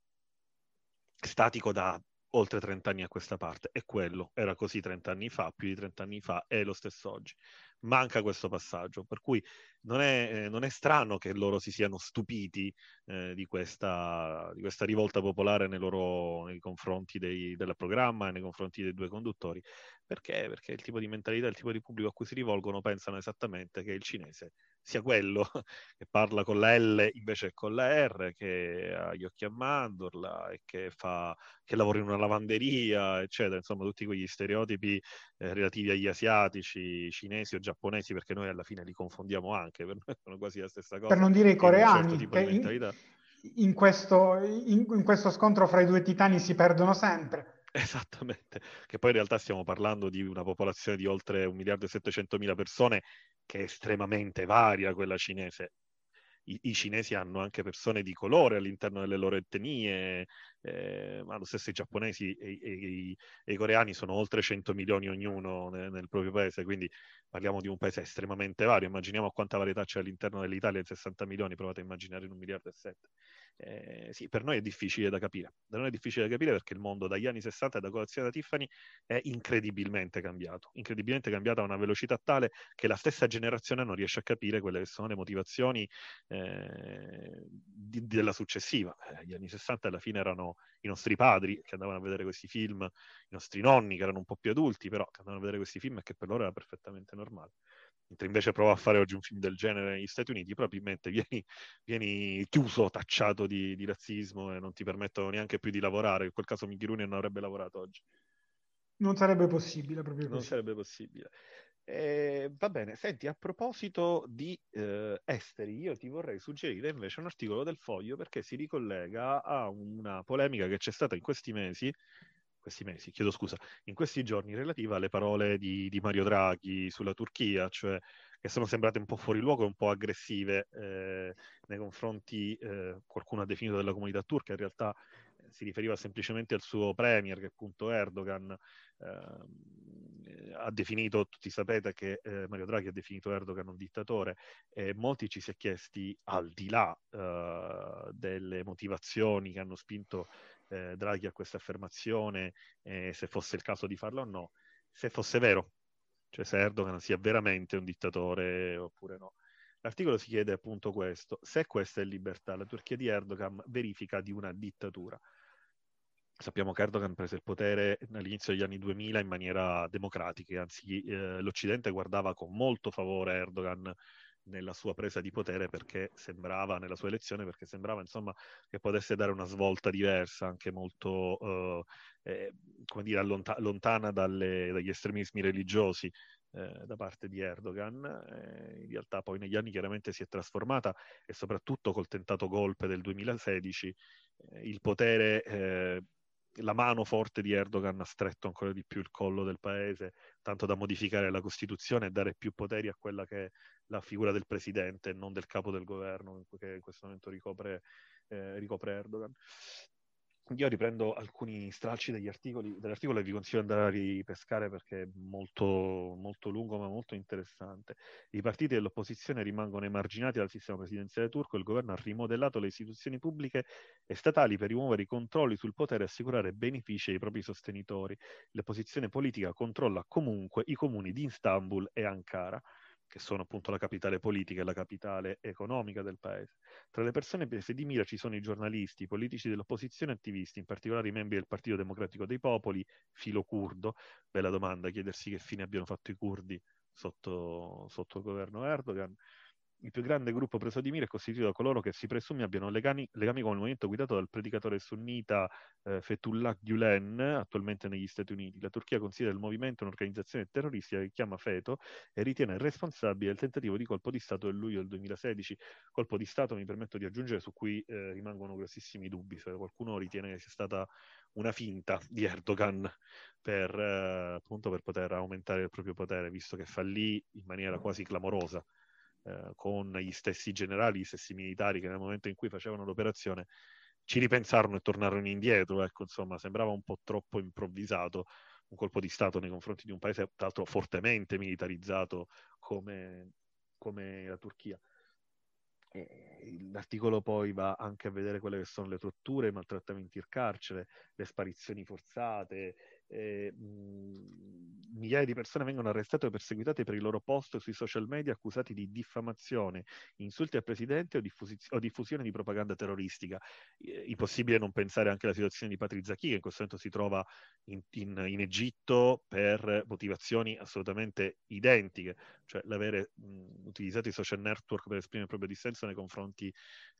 statico da oltre 30 anni a questa parte. E quello era così 30 anni fa, più di 30 anni fa, è lo stesso oggi. Manca questo passaggio, per cui non è strano che loro si siano stupiti di questa rivolta popolare nei confronti del programma e nei confronti dei due conduttori. Perché? Perché il tipo di mentalità, il tipo di pubblico a cui si rivolgono pensano esattamente che il cinese sia quello che parla con la L invece che con la R, che ha gli occhi a mandorla e che lavora in una lavanderia, eccetera. Insomma, tutti quegli stereotipi relativi agli asiatici, cinesi o giapponesi, perché noi alla fine li confondiamo anche, per noi sono quasi la stessa Per cosa, non dire i che in un certo coreani, tipo che di mentalità. in questo scontro fra i due titani si perdono sempre. Esattamente, che poi in realtà stiamo parlando di una popolazione di oltre 1.700.000 persone, che è estremamente varia quella cinese. I cinesi hanno anche persone di colore all'interno delle loro etnie, ma lo stesso i giapponesi e i coreani sono oltre 100 milioni ognuno nel proprio paese, quindi parliamo di un paese estremamente vario. Immaginiamo quanta varietà c'è all'interno dell'Italia in 60 milioni, provate a immaginare in 1,7 miliardi. Sì, per noi è difficile da capire. Da noi è difficile da capire perché il mondo dagli anni 60 e da Colazione da Tiffany è incredibilmente cambiato a una velocità tale che la stessa generazione non riesce a capire quelle che sono le motivazioni della successiva. Gli anni 60 alla fine erano i nostri padri che andavano a vedere questi film, i nostri nonni che erano un po' più adulti, però che andavano a vedere questi film e che per loro era perfettamente normale. Mentre invece prova a fare oggi un film del genere negli Stati Uniti, probabilmente vieni chiuso, tacciato di razzismo e non ti permettono neanche più di lavorare. In quel caso Mighiruni non avrebbe lavorato oggi. Non sarebbe possibile proprio Non così. sarebbe possibile. Va bene, senti, a proposito di esteri, io ti vorrei suggerire invece un articolo del Foglio perché si ricollega a una polemica che c'è stata in chiedo scusa, in questi giorni relativa alle parole di Mario Draghi sulla Turchia, cioè che sono sembrate un po' fuori luogo e un po' aggressive nei confronti, qualcuno ha definito, della comunità turca. In realtà si riferiva semplicemente al suo premier, che appunto Erdogan ha definito. Tutti sapete che Mario Draghi ha definito Erdogan un dittatore, e molti ci si è chiesti, al di là delle motivazioni che hanno spinto Draghi a questa affermazione, se fosse il caso di farlo o no, se fosse vero, cioè se Erdogan sia veramente un dittatore oppure no. L'articolo si chiede appunto questo: se questa è libertà, la Turchia di Erdogan verifica di una dittatura. Sappiamo che Erdogan prese il potere all'inizio degli anni 2000 in maniera democratica, anzi l'Occidente guardava con molto favore Erdogan nella sua presa di potere, perché sembrava, nella sua elezione, perché sembrava insomma che potesse dare una svolta diversa, anche molto come dire, lontana dagli estremismi religiosi da parte di Erdogan. In realtà poi negli anni chiaramente si è trasformata, e soprattutto col tentato golpe del 2016 il potere, la mano forte di Erdogan ha stretto ancora di più il collo del paese, tanto da modificare la Costituzione e dare più poteri a quella che è la figura del presidente e non del capo del governo che in questo momento ricopre Erdogan. Io riprendo alcuni stralci dell'articolo e vi consiglio di andare a ripescare, perché è molto, molto lungo ma molto interessante. I partiti dell'opposizione rimangono emarginati dal sistema presidenziale turco. Il governo ha rimodellato le istituzioni pubbliche e statali per rimuovere i controlli sul potere e assicurare benefici ai propri sostenitori. L'opposizione politica controlla comunque i comuni di Istanbul e Ankara, che sono appunto la capitale politica e la capitale economica del paese. Tra le persone prese di mira ci sono i giornalisti, i politici dell'opposizione e attivisti, in particolare i membri del Partito Democratico dei Popoli, filo curdo. Bella domanda, chiedersi che fine abbiano fatto i curdi sotto il governo Erdogan. Il più grande gruppo preso di mira è costituito da coloro che si presume abbiano legami con il movimento guidato dal predicatore sunnita Fethullah Gülen, attualmente negli Stati Uniti. La Turchia considera il movimento un'organizzazione terroristica che chiama FETÖ e ritiene responsabile del tentativo di colpo di Stato del luglio del 2016. Colpo di Stato, mi permetto di aggiungere, su cui rimangono grossissimi dubbi, se qualcuno ritiene che sia stata una finta di Erdogan appunto per poter aumentare il proprio potere, visto che fallì in maniera quasi clamorosa. Con gli stessi generali, gli stessi militari che nel momento in cui facevano l'operazione ci ripensarono e tornarono indietro. Ecco, insomma, sembrava un po' troppo improvvisato un colpo di Stato nei confronti di un paese, tra l'altro, fortemente militarizzato come la Turchia. L'articolo poi va anche a vedere quelle che sono le torture, i maltrattamenti in carcere, le sparizioni forzate. Migliaia di persone vengono arrestate o perseguitate per il loro post sui social media, accusati di diffamazione, insulti al presidente o diffusione di propaganda terroristica. Impossibile non pensare anche alla situazione di Patrick Zaki, che in questo momento si trova in Egitto per motivazioni assolutamente identiche, cioè l'avere utilizzato i social network per esprimere il proprio dissenso nei confronti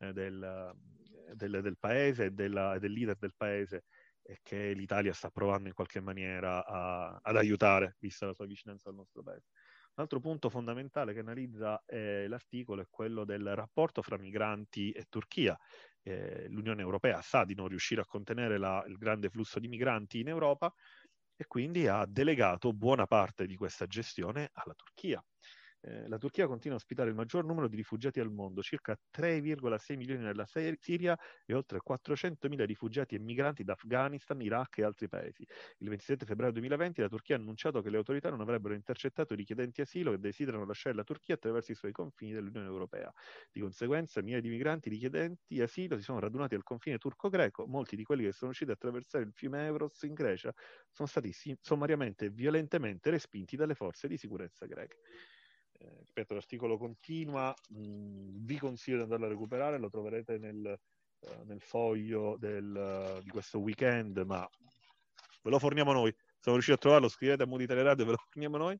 del paese e del leader del paese, e che l'Italia sta provando in qualche maniera ad aiutare, vista la sua vicinanza al nostro paese. Un altro punto fondamentale che analizza l'articolo è quello del rapporto fra migranti e Turchia. L'Unione Europea sa di non riuscire a contenere il grande flusso di migranti in Europa, e quindi ha delegato buona parte di questa gestione alla Turchia. La Turchia continua a ospitare il maggior numero di rifugiati al mondo, circa 3,6 milioni nella Siria e oltre 400.000 rifugiati e migranti da Afghanistan, Iraq e altri paesi. Il 27 febbraio 2020 la Turchia ha annunciato che le autorità non avrebbero intercettato i richiedenti asilo che desiderano lasciare la Turchia attraverso i suoi confini dell'Unione Europea. Di conseguenza, migliaia di migranti richiedenti asilo si sono radunati al confine turco-greco. Molti di quelli che sono riusciti a attraversare il fiume Evros in Grecia sono stati sommariamente e violentemente respinti dalle forze di sicurezza greche. Ripeto, l'articolo continua, vi consiglio di andarlo a recuperare, lo troverete nel foglio di questo weekend, ma ve lo forniamo noi. Se non riuscite a trovarlo, scrivete a Mood Italia Radio, ve lo forniamo noi.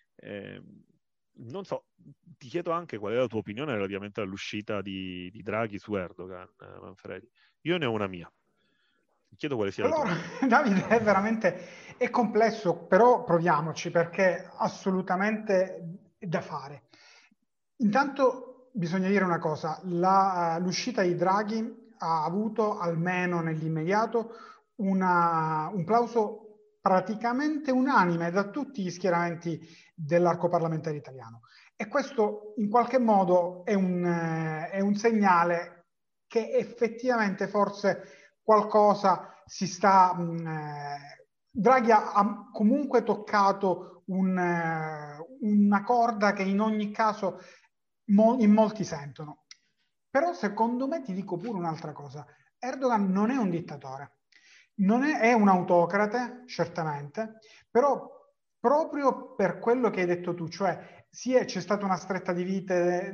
Non so, ti chiedo anche qual è la tua opinione relativamente all'uscita di Draghi su Erdogan, Manfredi. Io ne ho una mia. Ti chiedo quale sia la tua. Allora, Davide, è complesso, però proviamoci, perché assolutamente da fare. Intanto bisogna dire una cosa: l'uscita di Draghi ha avuto, almeno nell'immediato, un plauso praticamente unanime da tutti gli schieramenti dell'arco parlamentare italiano. E questo in qualche modo è un segnale che effettivamente forse qualcosa si sta... Draghi ha comunque toccato una corda che in ogni caso in molti sentono. Però secondo me ti dico pure un'altra cosa. Erdogan non è un dittatore, è un autocrate, certamente, però proprio per quello che hai detto tu, cioè c'è stata una stretta di vite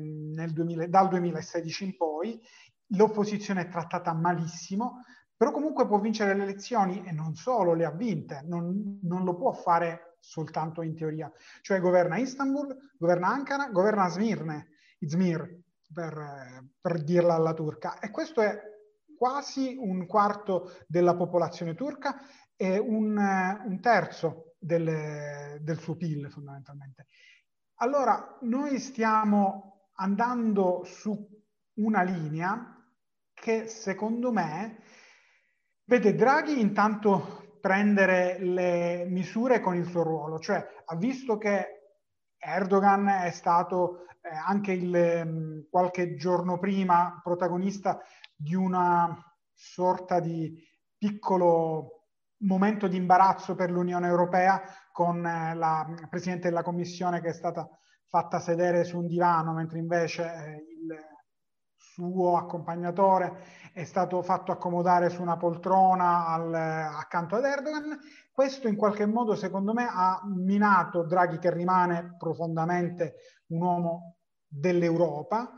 dal 2016 in poi, l'opposizione è trattata malissimo, però comunque può vincere le elezioni e non solo le ha vinte, non lo può fare soltanto in teoria, cioè governa Istanbul, governa Ankara, governa Izmir per dirla alla turca, e questo è quasi un quarto della popolazione turca e un terzo del suo PIL fondamentalmente. Allora, noi stiamo andando su una linea che secondo me vede Draghi intanto prendere le misure con il suo ruolo, cioè ha visto che Erdogan è stato anche qualche giorno prima protagonista di una sorta di piccolo momento di imbarazzo per l'Unione Europea con la Presidente della Commissione che è stata fatta sedere su un divano, mentre invece il suo accompagnatore è stato fatto accomodare su una poltrona accanto ad Erdogan. Questo in qualche modo, secondo me, ha minato Draghi, che rimane profondamente un uomo dell'Europa,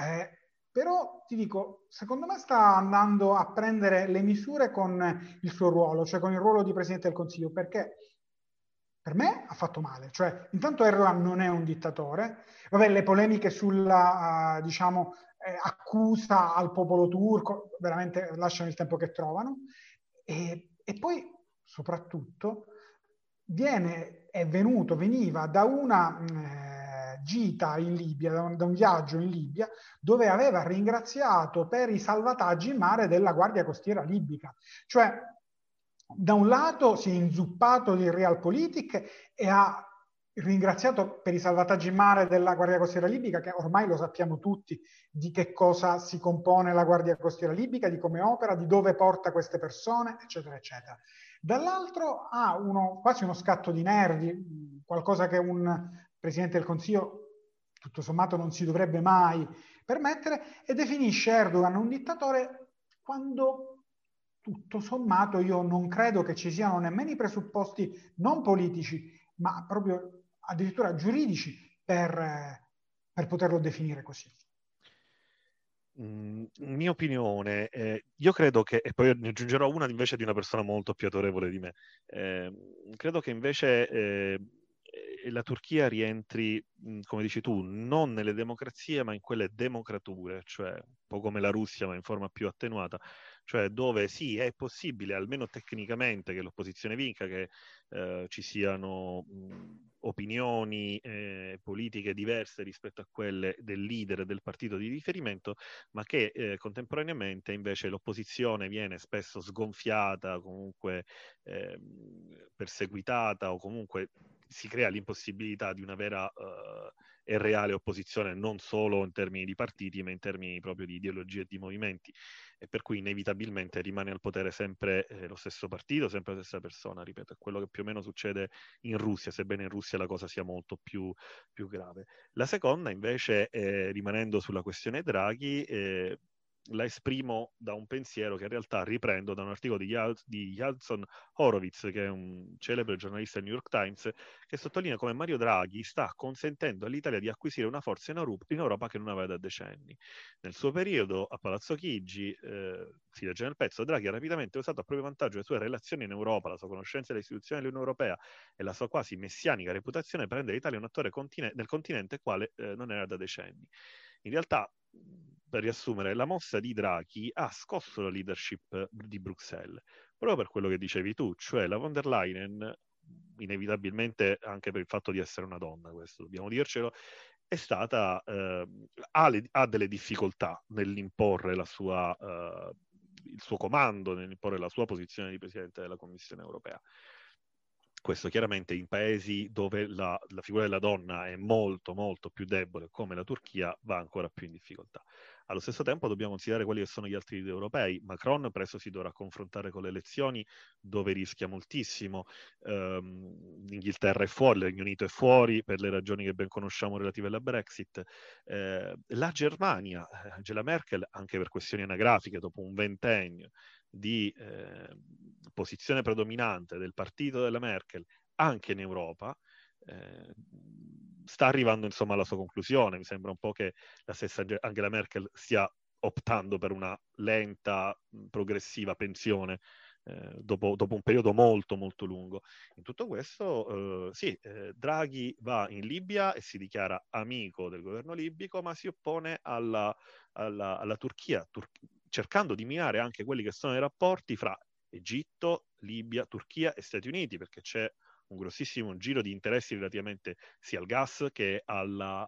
però ti dico, secondo me sta andando a prendere le misure con il suo ruolo, cioè con il ruolo di Presidente del Consiglio, perché per me ha fatto male. Cioè, intanto Erdogan non è un dittatore. Vabbè, le polemiche sulla, diciamo, accusa al popolo turco veramente lasciano il tempo che trovano. E poi, soprattutto, veniva da una gita in Libia, da un viaggio in Libia, dove aveva ringraziato per i salvataggi in mare della Guardia Costiera libica. Cioè, da un lato si è inzuppato di Realpolitik e ha ringraziato per i salvataggi in mare della Guardia Costiera libica, che ormai lo sappiamo tutti di che cosa si compone la Guardia Costiera libica, di come opera, di dove porta queste persone, eccetera, eccetera. Dall'altro ha quasi uno scatto di nervi, qualcosa che un Presidente del Consiglio tutto sommato non si dovrebbe mai permettere, e definisce Erdogan un dittatore quando tutto sommato io non credo che ci siano nemmeno i presupposti non politici, ma proprio addirittura giuridici per poterlo definire così. Mia opinione, io credo che, e poi ne aggiungerò una invece di una persona molto più autorevole di me, credo che invece la Turchia rientri, come dici tu, non nelle democrazie ma in quelle democrature, cioè un po' come la Russia ma in forma più attenuata, cioè dove sì, è possibile, almeno tecnicamente, che l'opposizione vinca, che ci siano opinioni politiche diverse rispetto a quelle del leader e del partito di riferimento, ma che contemporaneamente invece l'opposizione viene spesso sgonfiata, comunque perseguitata, o comunque si crea l'impossibilità di una vera e reale opposizione, non solo in termini di partiti, ma in termini proprio di ideologie e di movimenti, e per cui inevitabilmente rimane al potere sempre lo stesso partito, sempre la stessa persona, ripeto, è quello che più o meno succede in Russia, sebbene in Russia la cosa sia molto più grave. La seconda invece, rimanendo sulla questione Draghi, la esprimo da un pensiero che in realtà riprendo da un articolo di Jason Horowitz, che è un celebre giornalista del New York Times, che sottolinea come Mario Draghi sta consentendo all'Italia di acquisire una forza in Europa che non aveva da decenni. Nel suo periodo a Palazzo Chigi, si legge nel pezzo, Draghi ha rapidamente usato a proprio vantaggio le sue relazioni in Europa, la sua conoscenza delle istituzioni dell'Unione Europea e la sua quasi messianica reputazione per rendere l'Italia un attore del continente quale non era da decenni. In realtà, per riassumere, la mossa di Draghi ha scosso la leadership di Bruxelles, proprio per quello che dicevi tu, cioè la von der Leyen, inevitabilmente anche per il fatto di essere una donna, questo dobbiamo dircelo, è stata, ha delle difficoltà nell'imporre la sua il suo comando nell'imporre la sua posizione di Presidente della Commissione europea. Questo chiaramente in paesi dove la figura della donna è molto, molto più debole, come la Turchia, va ancora più in difficoltà. Allo stesso tempo dobbiamo considerare quelli che sono gli altri leader europei. Macron presto si dovrà confrontare con le elezioni, dove rischia moltissimo. L'Inghilterra è fuori, il Regno Unito è fuori, per le ragioni che ben conosciamo relative alla Brexit. La Germania, Angela Merkel, anche per questioni anagrafiche, dopo un ventennio di posizione predominante del partito della Merkel anche in Europa, sta arrivando insomma alla sua conclusione. Mi sembra un po' che la stessa Angela Merkel stia optando per una lenta, progressiva pensione dopo un periodo molto molto lungo. In tutto questo, Draghi va in Libia e si dichiara amico del governo libico, ma si oppone alla Turchia, cercando di minare anche quelli che sono i rapporti fra Egitto, Libia, Turchia e Stati Uniti, perché c'è un grossissimo giro di interessi relativamente sia al gas che al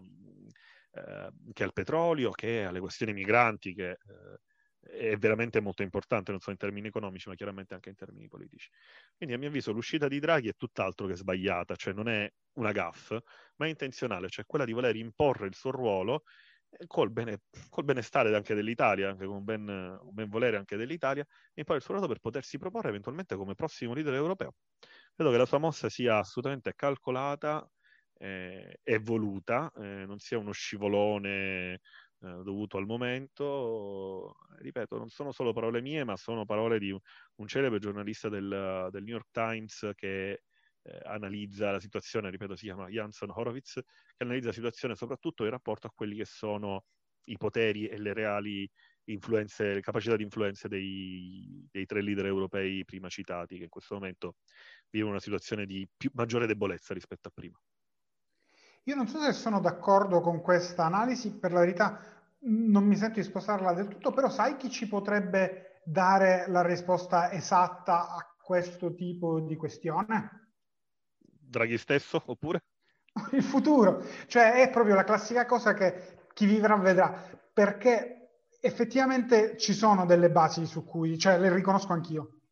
petrolio, che alle questioni migranti, che è veramente molto importante, non solo in termini economici, ma chiaramente anche in termini politici. Quindi a mio avviso l'uscita di Draghi è tutt'altro che sbagliata, cioè non è una gaffe, ma è intenzionale, cioè quella di voler imporre il suo ruolo col benestare anche dell'Italia, anche con un ben volere anche dell'Italia, e poi il suo ruolo per potersi proporre eventualmente come prossimo leader europeo. Credo che la sua mossa sia assolutamente calcolata e voluta, non sia uno scivolone dovuto al momento. Ripeto, non sono solo parole mie, ma sono parole di un celebre giornalista del New York Times che analizza la situazione, ripeto, si chiama Jansson Horowitz, che analizza la situazione soprattutto in rapporto a quelli che sono i poteri e le reali influenze, le capacità di influenza dei tre leader europei prima citati, che in questo momento vivono una situazione di maggiore debolezza rispetto a prima. Io non so se sono d'accordo con questa analisi, per la verità non mi sento di spostarla del tutto, però sai chi ci potrebbe dare la risposta esatta a questo tipo di questione? Draghi stesso, oppure? Il futuro, cioè è proprio la classica cosa che chi vivrà vedrà, perché effettivamente ci sono delle basi su cui, cioè le riconosco anch'io,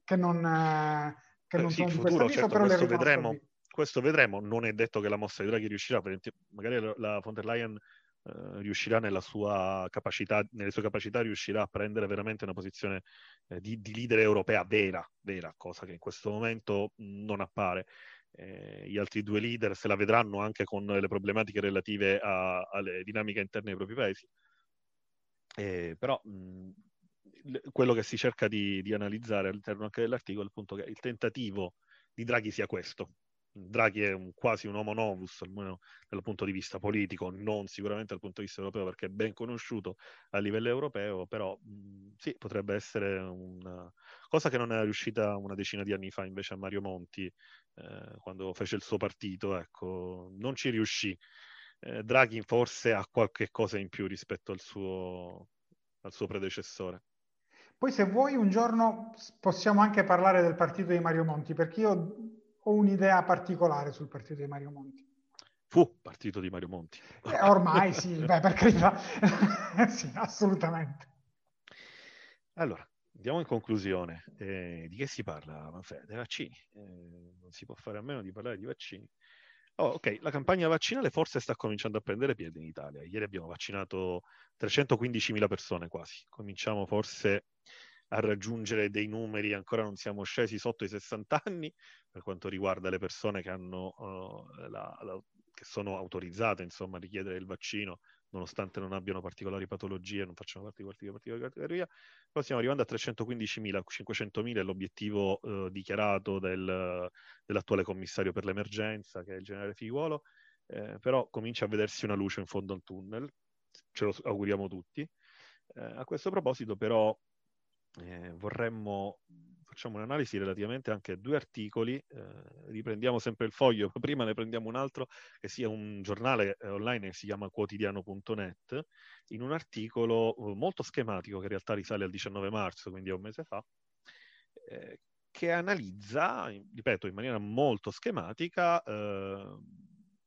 che non Sì, il sono di questo futuro, avviso, certo, però le riconosco. questo vedremo. Non è detto che la mossa di Draghi riuscirà, magari la von der Leyen riuscirà nelle sue capacità, riuscirà a prendere veramente una posizione di leader europea vera, cosa che in questo momento non appare. Gli altri due leader se la vedranno anche con le problematiche relative alle dinamiche interne dei propri paesi. Però quello che si cerca di analizzare all'interno anche dell'articolo è appunto che il tentativo di Draghi sia questo. Draghi è quasi un homo novus, almeno dal punto di vista politico, non sicuramente dal punto di vista europeo, perché è ben conosciuto a livello europeo, però sì, potrebbe essere una cosa che non è riuscita una decina di anni fa invece a Mario Monti, quando fece il suo partito, ecco, non ci riuscì. Draghi forse ha qualche cosa in più rispetto al suo predecessore. Poi se vuoi un giorno possiamo anche parlare del partito di Mario Monti, perché io ho un'idea particolare sul partito di Mario Monti. Fu partito di Mario Monti. Ormai sì, beh, per carità, sì, assolutamente. Allora, andiamo in conclusione. Di che si parla, Manfredo? Dei vaccini. Non si può fare a meno di parlare di vaccini. Oh, ok, la campagna vaccinale forse sta cominciando a prendere piede in Italia. Ieri abbiamo vaccinato 315.000 persone quasi. Cominciamo forse a raggiungere dei numeri, ancora non siamo scesi sotto i 60 anni per quanto riguarda le persone che hanno che sono autorizzate insomma a richiedere il vaccino, nonostante non abbiano particolari patologie, non facciano parte di particolari categoria. Poi stiamo arrivando a 315.000, 500.000 è l'obiettivo dichiarato dell'attuale commissario per l'emergenza, che è il generale Figliuolo, però comincia a vedersi una luce in fondo al tunnel, ce lo auguriamo tutti. A questo proposito però facciamo un'analisi relativamente anche a due articoli, riprendiamo sempre il Foglio, prima ne prendiamo un altro che sia un giornale online che si chiama quotidiano.net, in un articolo molto schematico che in realtà risale al 19 marzo, quindi a un mese fa, che analizza, ripeto, in maniera molto schematica,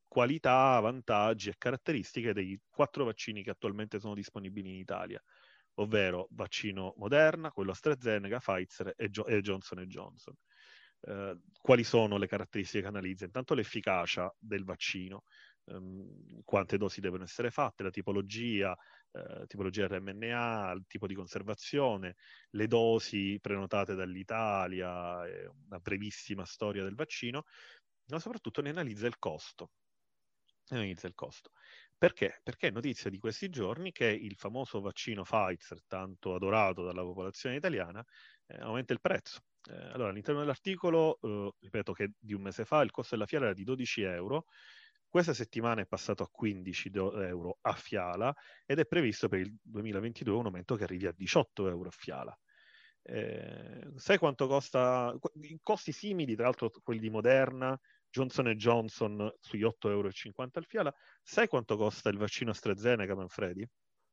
qualità, vantaggi e caratteristiche dei 4 vaccini che attualmente sono disponibili in Italia. ovvero vaccino Moderna, quello AstraZeneca, Pfizer e Johnson Johnson. Quali sono le caratteristiche che analizza? Intanto l'efficacia del vaccino, quante dosi devono essere fatte, la tipologia RMNA, il tipo di conservazione, le dosi prenotate dall'Italia, una brevissima storia del vaccino, ma soprattutto ne analizza il costo. Perché? Perché è notizia di questi giorni che il famoso vaccino Pfizer, tanto adorato dalla popolazione italiana, aumenta il prezzo. Allora, all'interno dell'articolo, ripeto che di un mese fa il costo della fiala era di 12 euro, questa settimana è passato a 15 euro a fiala ed è previsto per il 2022 un aumento che arrivi a 18 euro a fiala. Sai quanto costa? Costi simili, tra l'altro quelli di Moderna, Johnson Johnson sugli 8,50 euro al fiala. Sai quanto costa il vaccino AstraZeneca, Manfredi?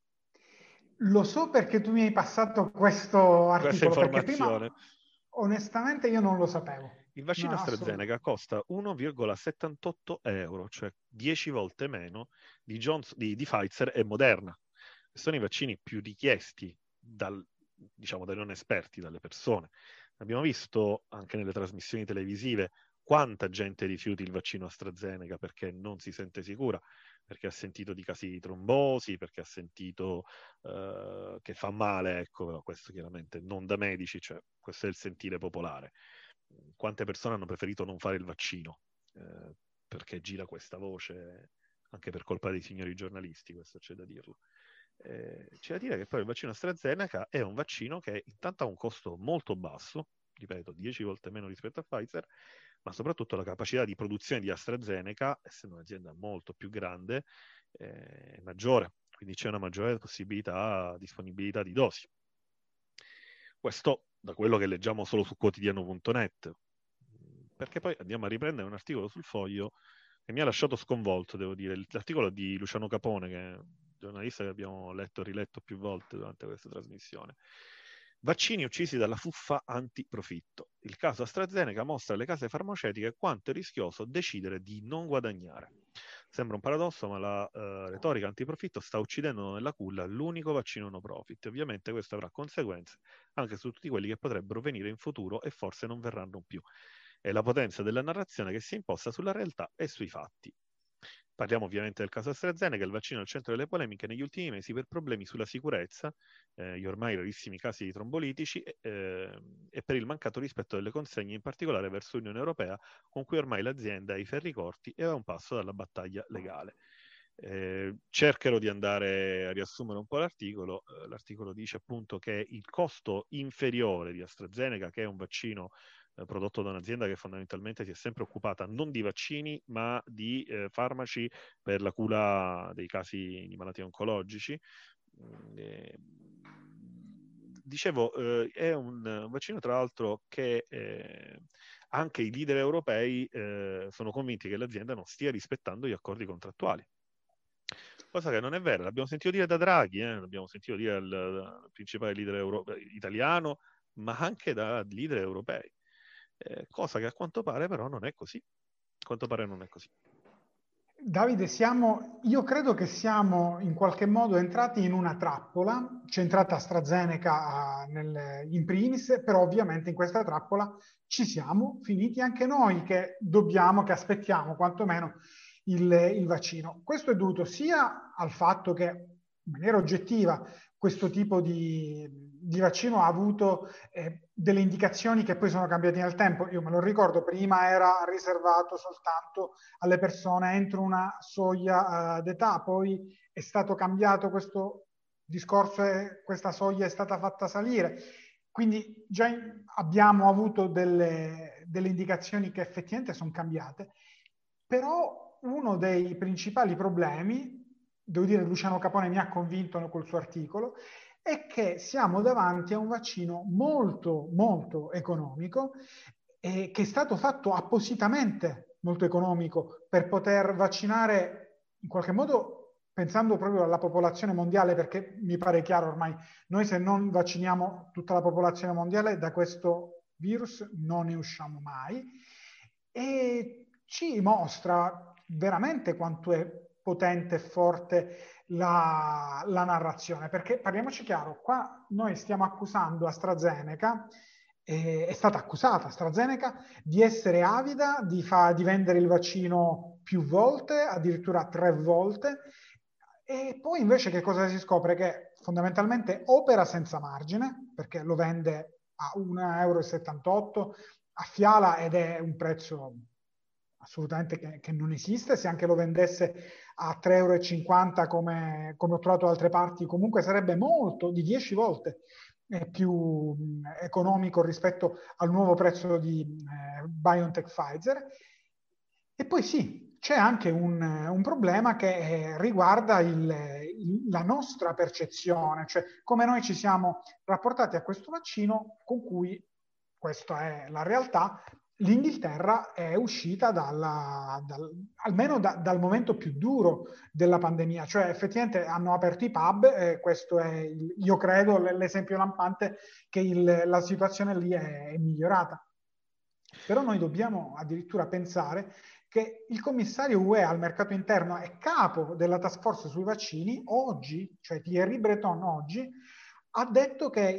Lo so perché tu mi hai passato questo Questa articolo, perché prima informazione. onestamente io non lo sapevo. Il vaccino No, AstraZeneca costa 1,78 euro, cioè 10 volte meno di Pfizer e Moderna. Sono i vaccini più richiesti diciamo, dai non esperti, dalle persone. Abbiamo visto anche nelle trasmissioni televisive quanta gente rifiuti il vaccino AstraZeneca perché non si sente sicura, perché ha sentito di casi di trombosi, perché ha sentito che fa male, ecco, questo chiaramente non da medici, cioè questo è il sentire popolare. Quante persone hanno preferito non fare il vaccino perché gira questa voce anche per colpa dei signori giornalisti, questo c'è da dirlo. C'è da dire che poi il vaccino AstraZeneca è un vaccino che intanto ha un costo molto basso, ripeto, 10 volte meno rispetto a Pfizer, ma soprattutto la capacità di produzione di AstraZeneca, essendo un'azienda molto più grande, è maggiore, quindi c'è una maggiore possibilità, disponibilità di dosi. Questo da quello che leggiamo solo su quotidiano.net, perché poi andiamo a riprendere un articolo sul Foglio che mi ha lasciato sconvolto, devo dire, l'articolo di Luciano Capone, che è un giornalista che abbiamo letto e riletto più volte durante questa trasmissione. Vaccini uccisi dalla fuffa antiprofitto. Il caso AstraZeneca mostra alle case farmaceutiche quanto è rischioso decidere di non guadagnare. Sembra un paradosso, ma la retorica antiprofitto sta uccidendo nella culla l'unico vaccino no profit. Ovviamente questo avrà conseguenze anche su tutti quelli che potrebbero venire in futuro e forse non verranno più. È la potenza della narrazione che si è imposta sulla realtà e sui fatti. Parliamo ovviamente del caso AstraZeneca, il vaccino al centro delle polemiche negli ultimi mesi per problemi sulla sicurezza, gli ormai rarissimi casi di trombolitici e per il mancato rispetto delle consegne, in particolare verso l'Unione Europea, con cui ormai l'azienda ha i ferri corti e è a un passo dalla battaglia legale. Cercherò di andare a riassumere un po' l'articolo. L'articolo dice appunto che il costo inferiore di AstraZeneca, che è un vaccino prodotto da un'azienda che fondamentalmente si è sempre occupata non di vaccini ma di farmaci per la cura dei casi di malattie oncologici. Dicevo, è un vaccino tra l'altro che anche i leader europei sono convinti che l'azienda non stia rispettando gli accordi contrattuali. Cosa che non è vera, l'abbiamo sentito dire da Draghi, l'abbiamo sentito dire al principale leader italiano, ma anche da leader europei. Cosa che a quanto pare però non è così. A quanto pare non è così. Davide, io credo che siamo in qualche modo entrati in una trappola, c'è entrata AstraZeneca in primis, però ovviamente in questa trappola ci siamo finiti anche noi che aspettiamo quantomeno il vaccino. Questo è dovuto sia al fatto che in maniera oggettiva questo tipo di vaccino ha avuto delle indicazioni che poi sono cambiate nel tempo. Io me lo ricordo, prima era riservato soltanto alle persone entro una soglia d'età, poi è stato cambiato questo discorso e questa soglia è stata fatta salire. Quindi già abbiamo avuto delle indicazioni che effettivamente sono cambiate, però uno dei principali problemi, devo dire Luciano Capone mi ha convinto col suo articolo, è che siamo davanti a un vaccino molto molto economico che è stato fatto appositamente molto economico per poter vaccinare in qualche modo pensando proprio alla popolazione mondiale, perché mi pare chiaro ormai, noi se non vacciniamo tutta la popolazione mondiale da questo virus non ne usciamo mai, e ci mostra veramente quanto è potente e forte la narrazione, perché parliamoci chiaro, qua noi stiamo accusando AstraZeneca, è stata accusata AstraZeneca di essere avida, di vendere il vaccino più volte, addirittura 3 volte, e poi invece che cosa si scopre? Che fondamentalmente opera senza margine, perché lo vende a 1,78 euro a fiala ed è un prezzo assolutamente che non esiste. Se anche lo vendesse a 3,50 euro come ho trovato da altre parti, comunque sarebbe molto, di 10 volte più economico rispetto al nuovo prezzo di BioNTech Pfizer. E poi sì, c'è anche un problema che riguarda la nostra percezione, cioè come noi ci siamo rapportati a questo vaccino con cui, questa è la realtà, l'Inghilterra è uscita almeno dal momento più duro della pandemia, cioè effettivamente hanno aperto i pub, questo è, io credo, l'esempio lampante che la situazione lì è migliorata. Però noi dobbiamo addirittura pensare che il commissario UE al mercato interno e capo della task force sui vaccini oggi, cioè Thierry Breton oggi, ha detto che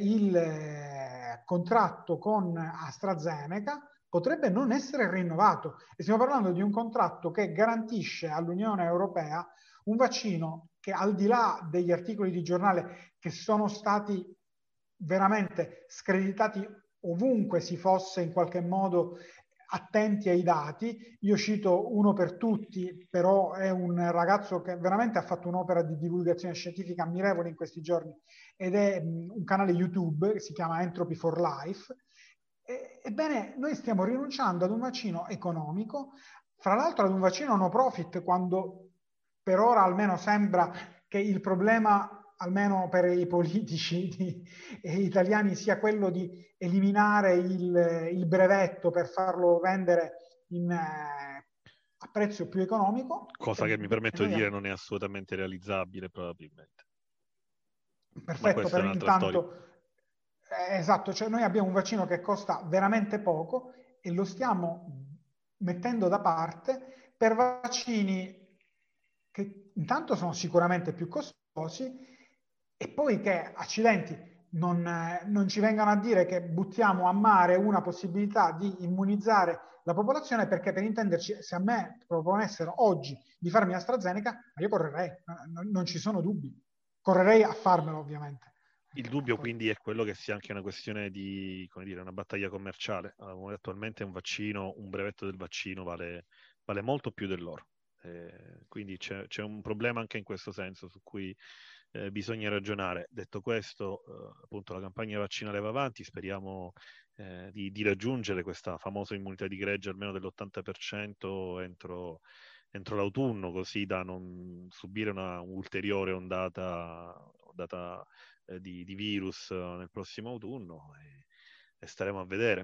il contratto con AstraZeneca potrebbe non essere rinnovato. E stiamo parlando di un contratto che garantisce all'Unione Europea un vaccino che, al di là degli articoli di giornale che sono stati veramente screditati ovunque si fosse in qualche modo attenti ai dati. Io cito uno per tutti, però è un ragazzo che veramente ha fatto un'opera di divulgazione scientifica ammirevole in questi giorni, ed è un canale YouTube che si chiama Entropy for Life. Ebbene, noi stiamo rinunciando ad un vaccino economico, fra l'altro ad un vaccino no profit, quando per ora almeno sembra che il problema, almeno per i politici italiani, sia quello di eliminare il brevetto per farlo vendere a prezzo più economico. Cosa che mi permetto di dire non è assolutamente realizzabile probabilmente. Perfetto, però intanto esatto, cioè noi abbiamo un vaccino che costa veramente poco e lo stiamo mettendo da parte per vaccini che intanto sono sicuramente più costosi, e poi che, accidenti, non ci vengano a dire che buttiamo a mare una possibilità di immunizzare la popolazione, perché, per intenderci, se a me proponessero oggi di farmi AstraZeneca, io correrei, non ci sono dubbi, correrei a farmelo ovviamente. Il dubbio quindi è quello che sia anche una questione di, come dire, una battaglia commerciale. Attualmente un vaccino, un brevetto del vaccino vale molto più dell'oro. Quindi c'è un problema anche in questo senso su cui bisogna ragionare. Detto questo, appunto la campagna vaccinale va avanti, speriamo di raggiungere questa famosa immunità di gregge almeno dell'80% entro l'autunno, così da non subire una ulteriore ondata di virus nel prossimo autunno, e staremo a vedere.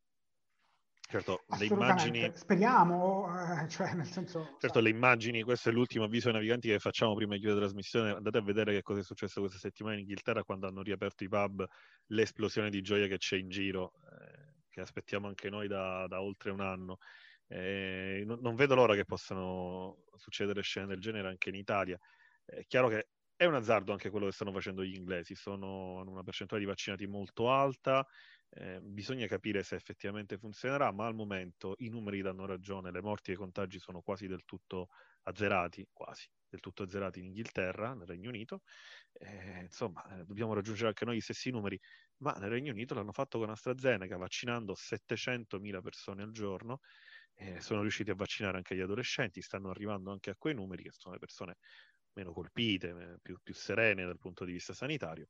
Certo, le immagini, speriamo, cioè nel senso... certo, le immagini, questo è l'ultimo avviso ai naviganti che facciamo prima di chiudere la trasmissione. Andate a vedere che cosa è successo questa settimana in Inghilterra quando hanno riaperto i pub, l'esplosione di gioia che c'è in giro, che aspettiamo anche noi da oltre un anno. Non vedo l'ora che possano succedere scene del genere anche in Italia. È chiaro che è un azzardo anche quello che stanno facendo gli inglesi, hanno una percentuale di vaccinati molto alta. Bisogna capire se effettivamente funzionerà, ma al momento i numeri danno ragione, le morti e i contagi sono quasi del tutto azzerati in Inghilterra, nel Regno Unito. Insomma, dobbiamo raggiungere anche noi gli stessi numeri, ma nel Regno Unito l'hanno fatto con AstraZeneca, vaccinando 700.000 persone al giorno. Sono riusciti a vaccinare anche gli adolescenti, stanno arrivando anche a quei numeri, che sono le persone meno colpite, più serene dal punto di vista sanitario.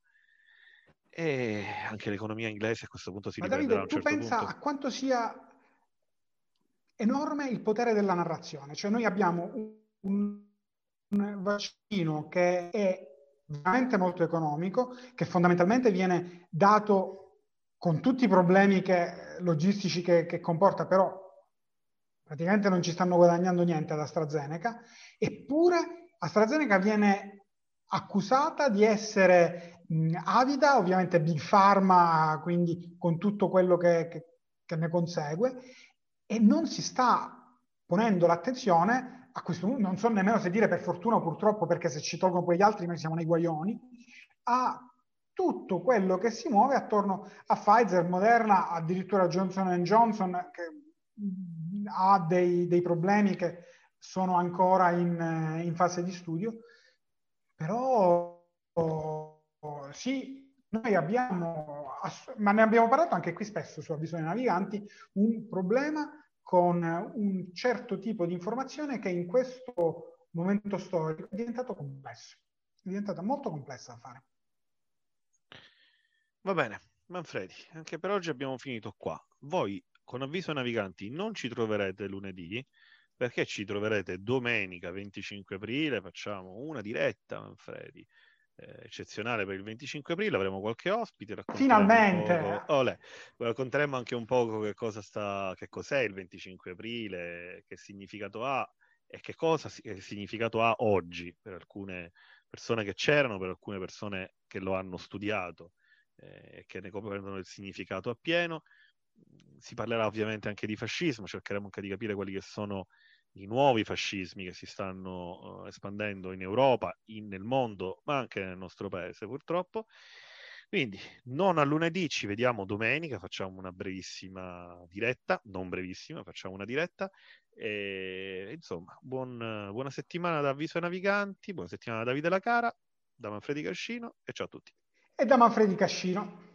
E anche l'economia inglese a questo punto si riprenderà. Davide, tu pensa a quanto sia enorme il potere della narrazione. Cioè noi abbiamo un vaccino che è veramente molto economico, che fondamentalmente viene dato con tutti i problemi logistici che comporta, però praticamente non ci stanno guadagnando niente ad AstraZeneca, eppure AstraZeneca viene accusata di essere avida, ovviamente Big Pharma, quindi con tutto quello che ne consegue, e non si sta ponendo l'attenzione a questo punto non so nemmeno se dire per fortuna o purtroppo, perché se ci tolgono poi gli altri noi siamo nei guaioni, a tutto quello che si muove attorno a Pfizer, Moderna, addirittura Johnson Johnson, che ha dei problemi che sono ancora in fase di studio. Però sì, noi abbiamo, ma ne abbiamo parlato anche qui spesso su Avviso dei Naviganti, un problema con un certo tipo di informazione che in questo momento storico è diventato complesso, è diventata molto complessa da fare. Va bene, Manfredi, anche per oggi abbiamo finito qua. Voi con Avviso Naviganti non ci troverete lunedì, perché ci troverete domenica 25 aprile, facciamo una diretta, Manfredi, eccezionale per il 25 aprile, avremo qualche ospite, racconteremo un Finalmente! poco, racconteremo anche un poco che cos'è il 25 aprile, che significato ha e che significato ha oggi per alcune persone che c'erano, per alcune persone che lo hanno studiato, che ne comprendono il significato appieno. Si parlerà ovviamente anche di fascismo, cercheremo anche di capire quelli che sono i nuovi fascismi che si stanno espandendo in Europa, nel mondo, ma anche nel nostro paese purtroppo. Quindi non a lunedì, ci vediamo domenica, facciamo una brevissima diretta, non brevissima, facciamo una diretta. E, insomma, buona settimana da Avviso ai Naviganti, buona settimana da Davide La Cara, da Manfredi Cascino e ciao a tutti. E da Manfredi Cascino.